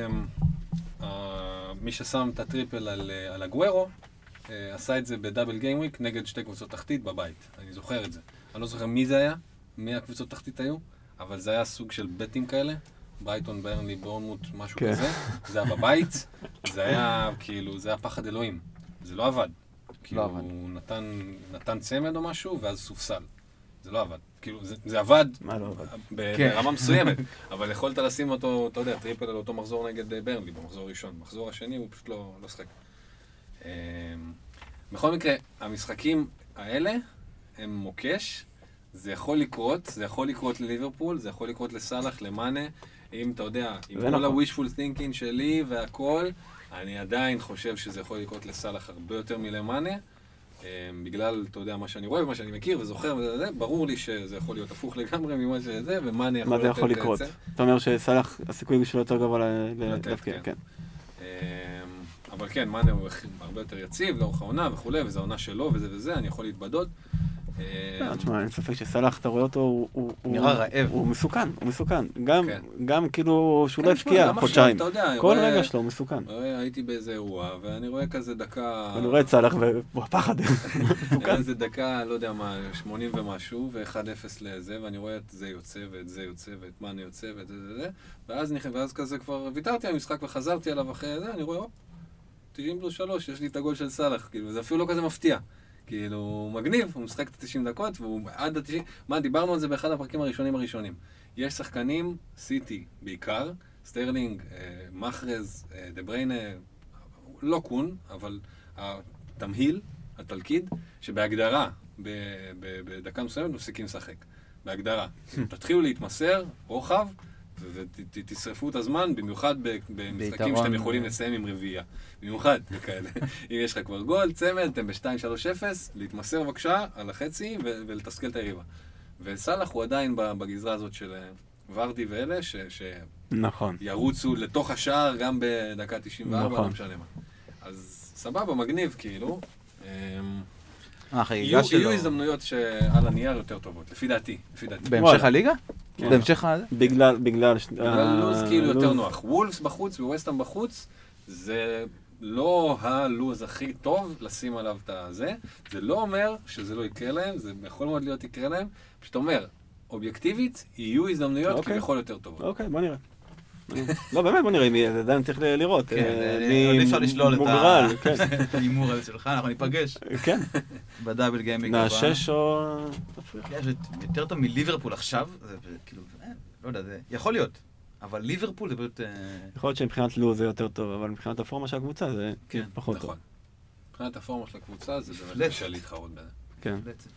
מי ששם את הטריפל על הגוורו, עשה את זה בדאבל גיימוויק נגד 2 קבוצות תחתית בבית. אני זוכר את זה. אני לא זוכר מי זה היה, מי הקבוצות תחתית היו, אבל זה היה סוג של בטים כאלה. ברייטון, ברנלי, בורנמוט, משהו כזה. זה היה בבית, זה היה כאילו, זה היה פחד אלוהים. זה לא עבד. כאילו, הוא נתן צמד או משהו, ואז סופסל. זה לא עבד. כאילו, זה עבד ברמה מסוימת, אבל יכולת לשים אותו, אתה יודע, טריפל על אותו מחזור נגד ברנלי, במחזור ראשון. מחזור השני הוא פשוט לא שחק. בכל מקרה, המשחקים האלה הם מוקש, זה יכול לקרות לליברפול, זה יכול לקרות לסלאח, למאנה, אם אתה יודע, עם כל ה-wishful thinking שלי והכל, אני עדיין חושב שזה יכול לקרות לסלאח הרבה יותר מלמאנה, בגלל, אתה יודע, מה שאני רואה ומה שאני מכיר וזוכר וזה, ברור לי שזה יכול להיות הפוך לגמרי ממה שזה, ומאנה יכול להיות... מה זה יכול לקרות? אתה אומר שסלאח, הסיכוי שלו יותר גבוה להפקיע, כן. אבל כן, מאנה הוא הרבה יותר יציב לאורך העונה וכו', וזו העונה שלו וזה, אני יכול להתבדות. תשמע, אין ספק שסלאח, אתה רואה אותו, נראה רעב. הוא מסוכן, הוא מסוכן. גם כאילו שהוא לא הפקיע חודשיים. כל רגע שלו הוא מסוכן. הייתי באיזה אירוע, ואני רואה כזה דקה... אני רואה את סלאח ופחד. מסוכן. איזה דקה, לא יודע מה, 80 ומשהו, ו1-0 לזה, ואני רואה את זה יוצא, ואת זה יוצא, ואת מאנה יוצא, ואת זה, ואז כזה כבר ויתרתי על המשחק וחזרתי עליו אחרי זה, אני רואה, 90+3, יש לי את הגול של סלאח, כאילו, זה אפילו לא כזה מפתיע. כאילו, הוא מגניב, הוא משחק את 90 דקות, והוא עד 90... מה, דיברנו על זה באחד הפרקים הראשונים. יש שחקנים, סיטי בעיקר, סטרלינג, מחרז, דבריינה, לא קון, אבל התמהיל, התלכיד, שבהגדרה, בדקה מסוימת, מפסיקים לשחק. בהגדרה. תתחילו להתמסר, רוחב, ותשרפו את הזמן, במיוחד במשחקים שאתם יכולים לסיים עם רביעייה. במיוחד בכאלה. אם יש לך כבר גול, צמד, אתם ב-2-3-0, להתמסר בבקשה על החצי ולתסכל את היריבה. וסלאח הוא עדיין בגזרה הזאת של ורדי ואלה, שירוצו לתוך השער גם בדקה 94, לא משנה מה. אז סבבה, מגניב כאילו. יהיו הזדמנויות שעל הנייר יותר טובות, לפי דעתי. בהמשך הליגה? בהמשך הזה? בגלל לוז כאילו יותר נוח. וולפס בחוץ וווסטהאם בחוץ, זה לא הלוז הכי טוב לשים עליו את הזה. זה לא אומר שזה לא יקרה להם, זה יכול מאוד להיות יקרה להם. פשוט אומר, אובייקטיבית, יהיו הזדמנויות כביכול יותר טובות. אוקיי, בוא נראה. לא, באמת בוא נראה, זה עדיין צריך לראות. עוד אפשר לשלול את ההימור הזה שלך, אנחנו ניפגש. כן. בדאבל גיימינג. מהשש או... יותר טוב מליברפול עכשיו, זה כאילו, לא יודע, זה יכול להיות. אבל ליברפול זה באמת... יכול להיות שמבחינת לוז זה יותר טוב, אבל מבחינת הפורמה של הקבוצה זה פחות טוב. מבחינת הפורמה של הקבוצה זה באמת קשה להתחרות בזה. כן.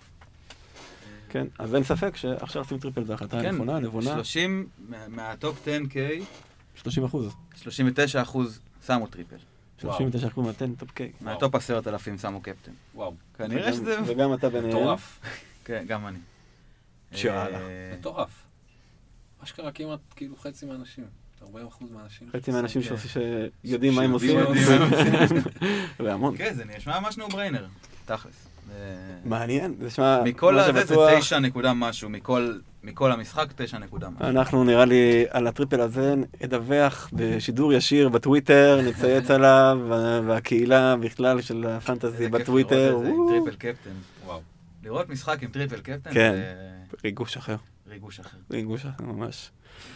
כן, אז אין ספק שעכשיו עושים טריפל זה החלטה נכונה, נבונה. 30 מהטופ 10K. 30%. 39% שמו טריפל. 39% מהטופ K. מהטופ 10,000 שמו קפטן. וואו. כנראה שזה... וגם אתה ביניהם. מטורף. כן, גם אני. שאלה. מטורף. מה שקרה כמעט כאילו חצי מהאנשים. 40% מהאנשים. חצי מהאנשים שיודעים מה הם עושים. והמון. כן, זה נשמע ממש נו בריינר. תכלס. מעניין, זה נשמע... מכל הזה זה 9 נקודה משהו, מכל המשחק 9 נקודה משהו. אנחנו נראה לי על הטריפל הזה נדווח בשידור ישיר בטוויטר, נצייץ עליו, והקהילה בכלל של הפנטזי בטוויטר. טריפל קפטן, וואו. לראות משחק עם טריפל קפטן כן, ריגוש אחר. ריגוש אחר. ריגוש אחר, ממש.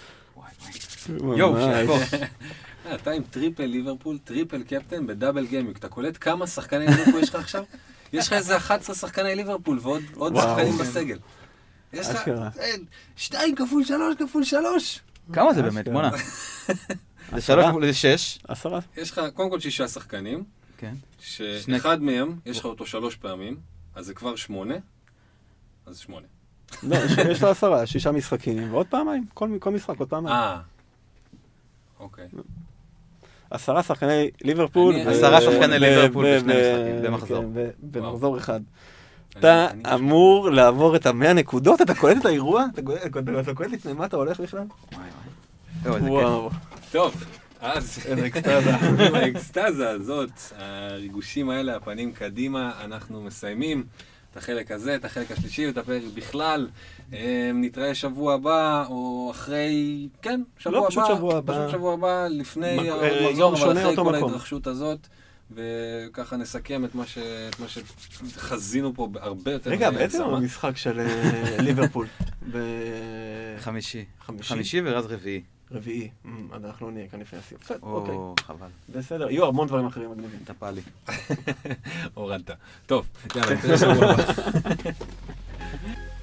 יואו, שיעקור. אתה עם טריפל ליברפול, טריפל קפטן בדאבל גיימינג. אתה קולט כמה שחקני ליברפול יש לך עכשיו? יש לך איזה 11 שחקני ליברפול ועוד שחקנים בסגל. יש לך 2 כפול 3 כפול 3. כמה זה באמת? בוא'נה. זה 3 כפול 6. 10. יש לך קודם כל 6 שחקנים. כן. שאחד מהם, יש לך אותו 3 פעמים, אז זה כבר 8. אז 8. לא, יש לו 10, 6 משחקים, ועוד פעמיים. כל משחק, עוד פעמיים. אוקיי. 10 שחקני ליברפול. 10 שחקני ליברפול בשני משחקים, במחזור. במחזור אחד. אתה אמור לעבור את 100 נקודות? אתה קולט את האירוע? אתה קולט לפני מה אתה הולך בכלל? וואו. טוב, אז עם האקסטאזה הזאת, הריגושים האלה, הפנים קדימה, אנחנו מסיימים את החלק הזה, את החלק השלישי, ואת הפרק בכלל. נתראה שבוע הבא, או אחרי, כן, שבוע הבא. פשוט שבוע הבא, לפני המחזור, אבל אחרי כל ההתרחשות הזאת. וככה נסכם את מה שחזינו פה הרבה יותר. רגע, בעצם המשחק של ליברפול. חמישי ואז רביעי. רביעי. אנחנו לא נהיה כאן לפני הסיום. או, חבל. בסדר, יהיו המון דברים אחרים מגניבים. טפל לי. הורדת. טוב, יאללה, נתראה שבוע הבא.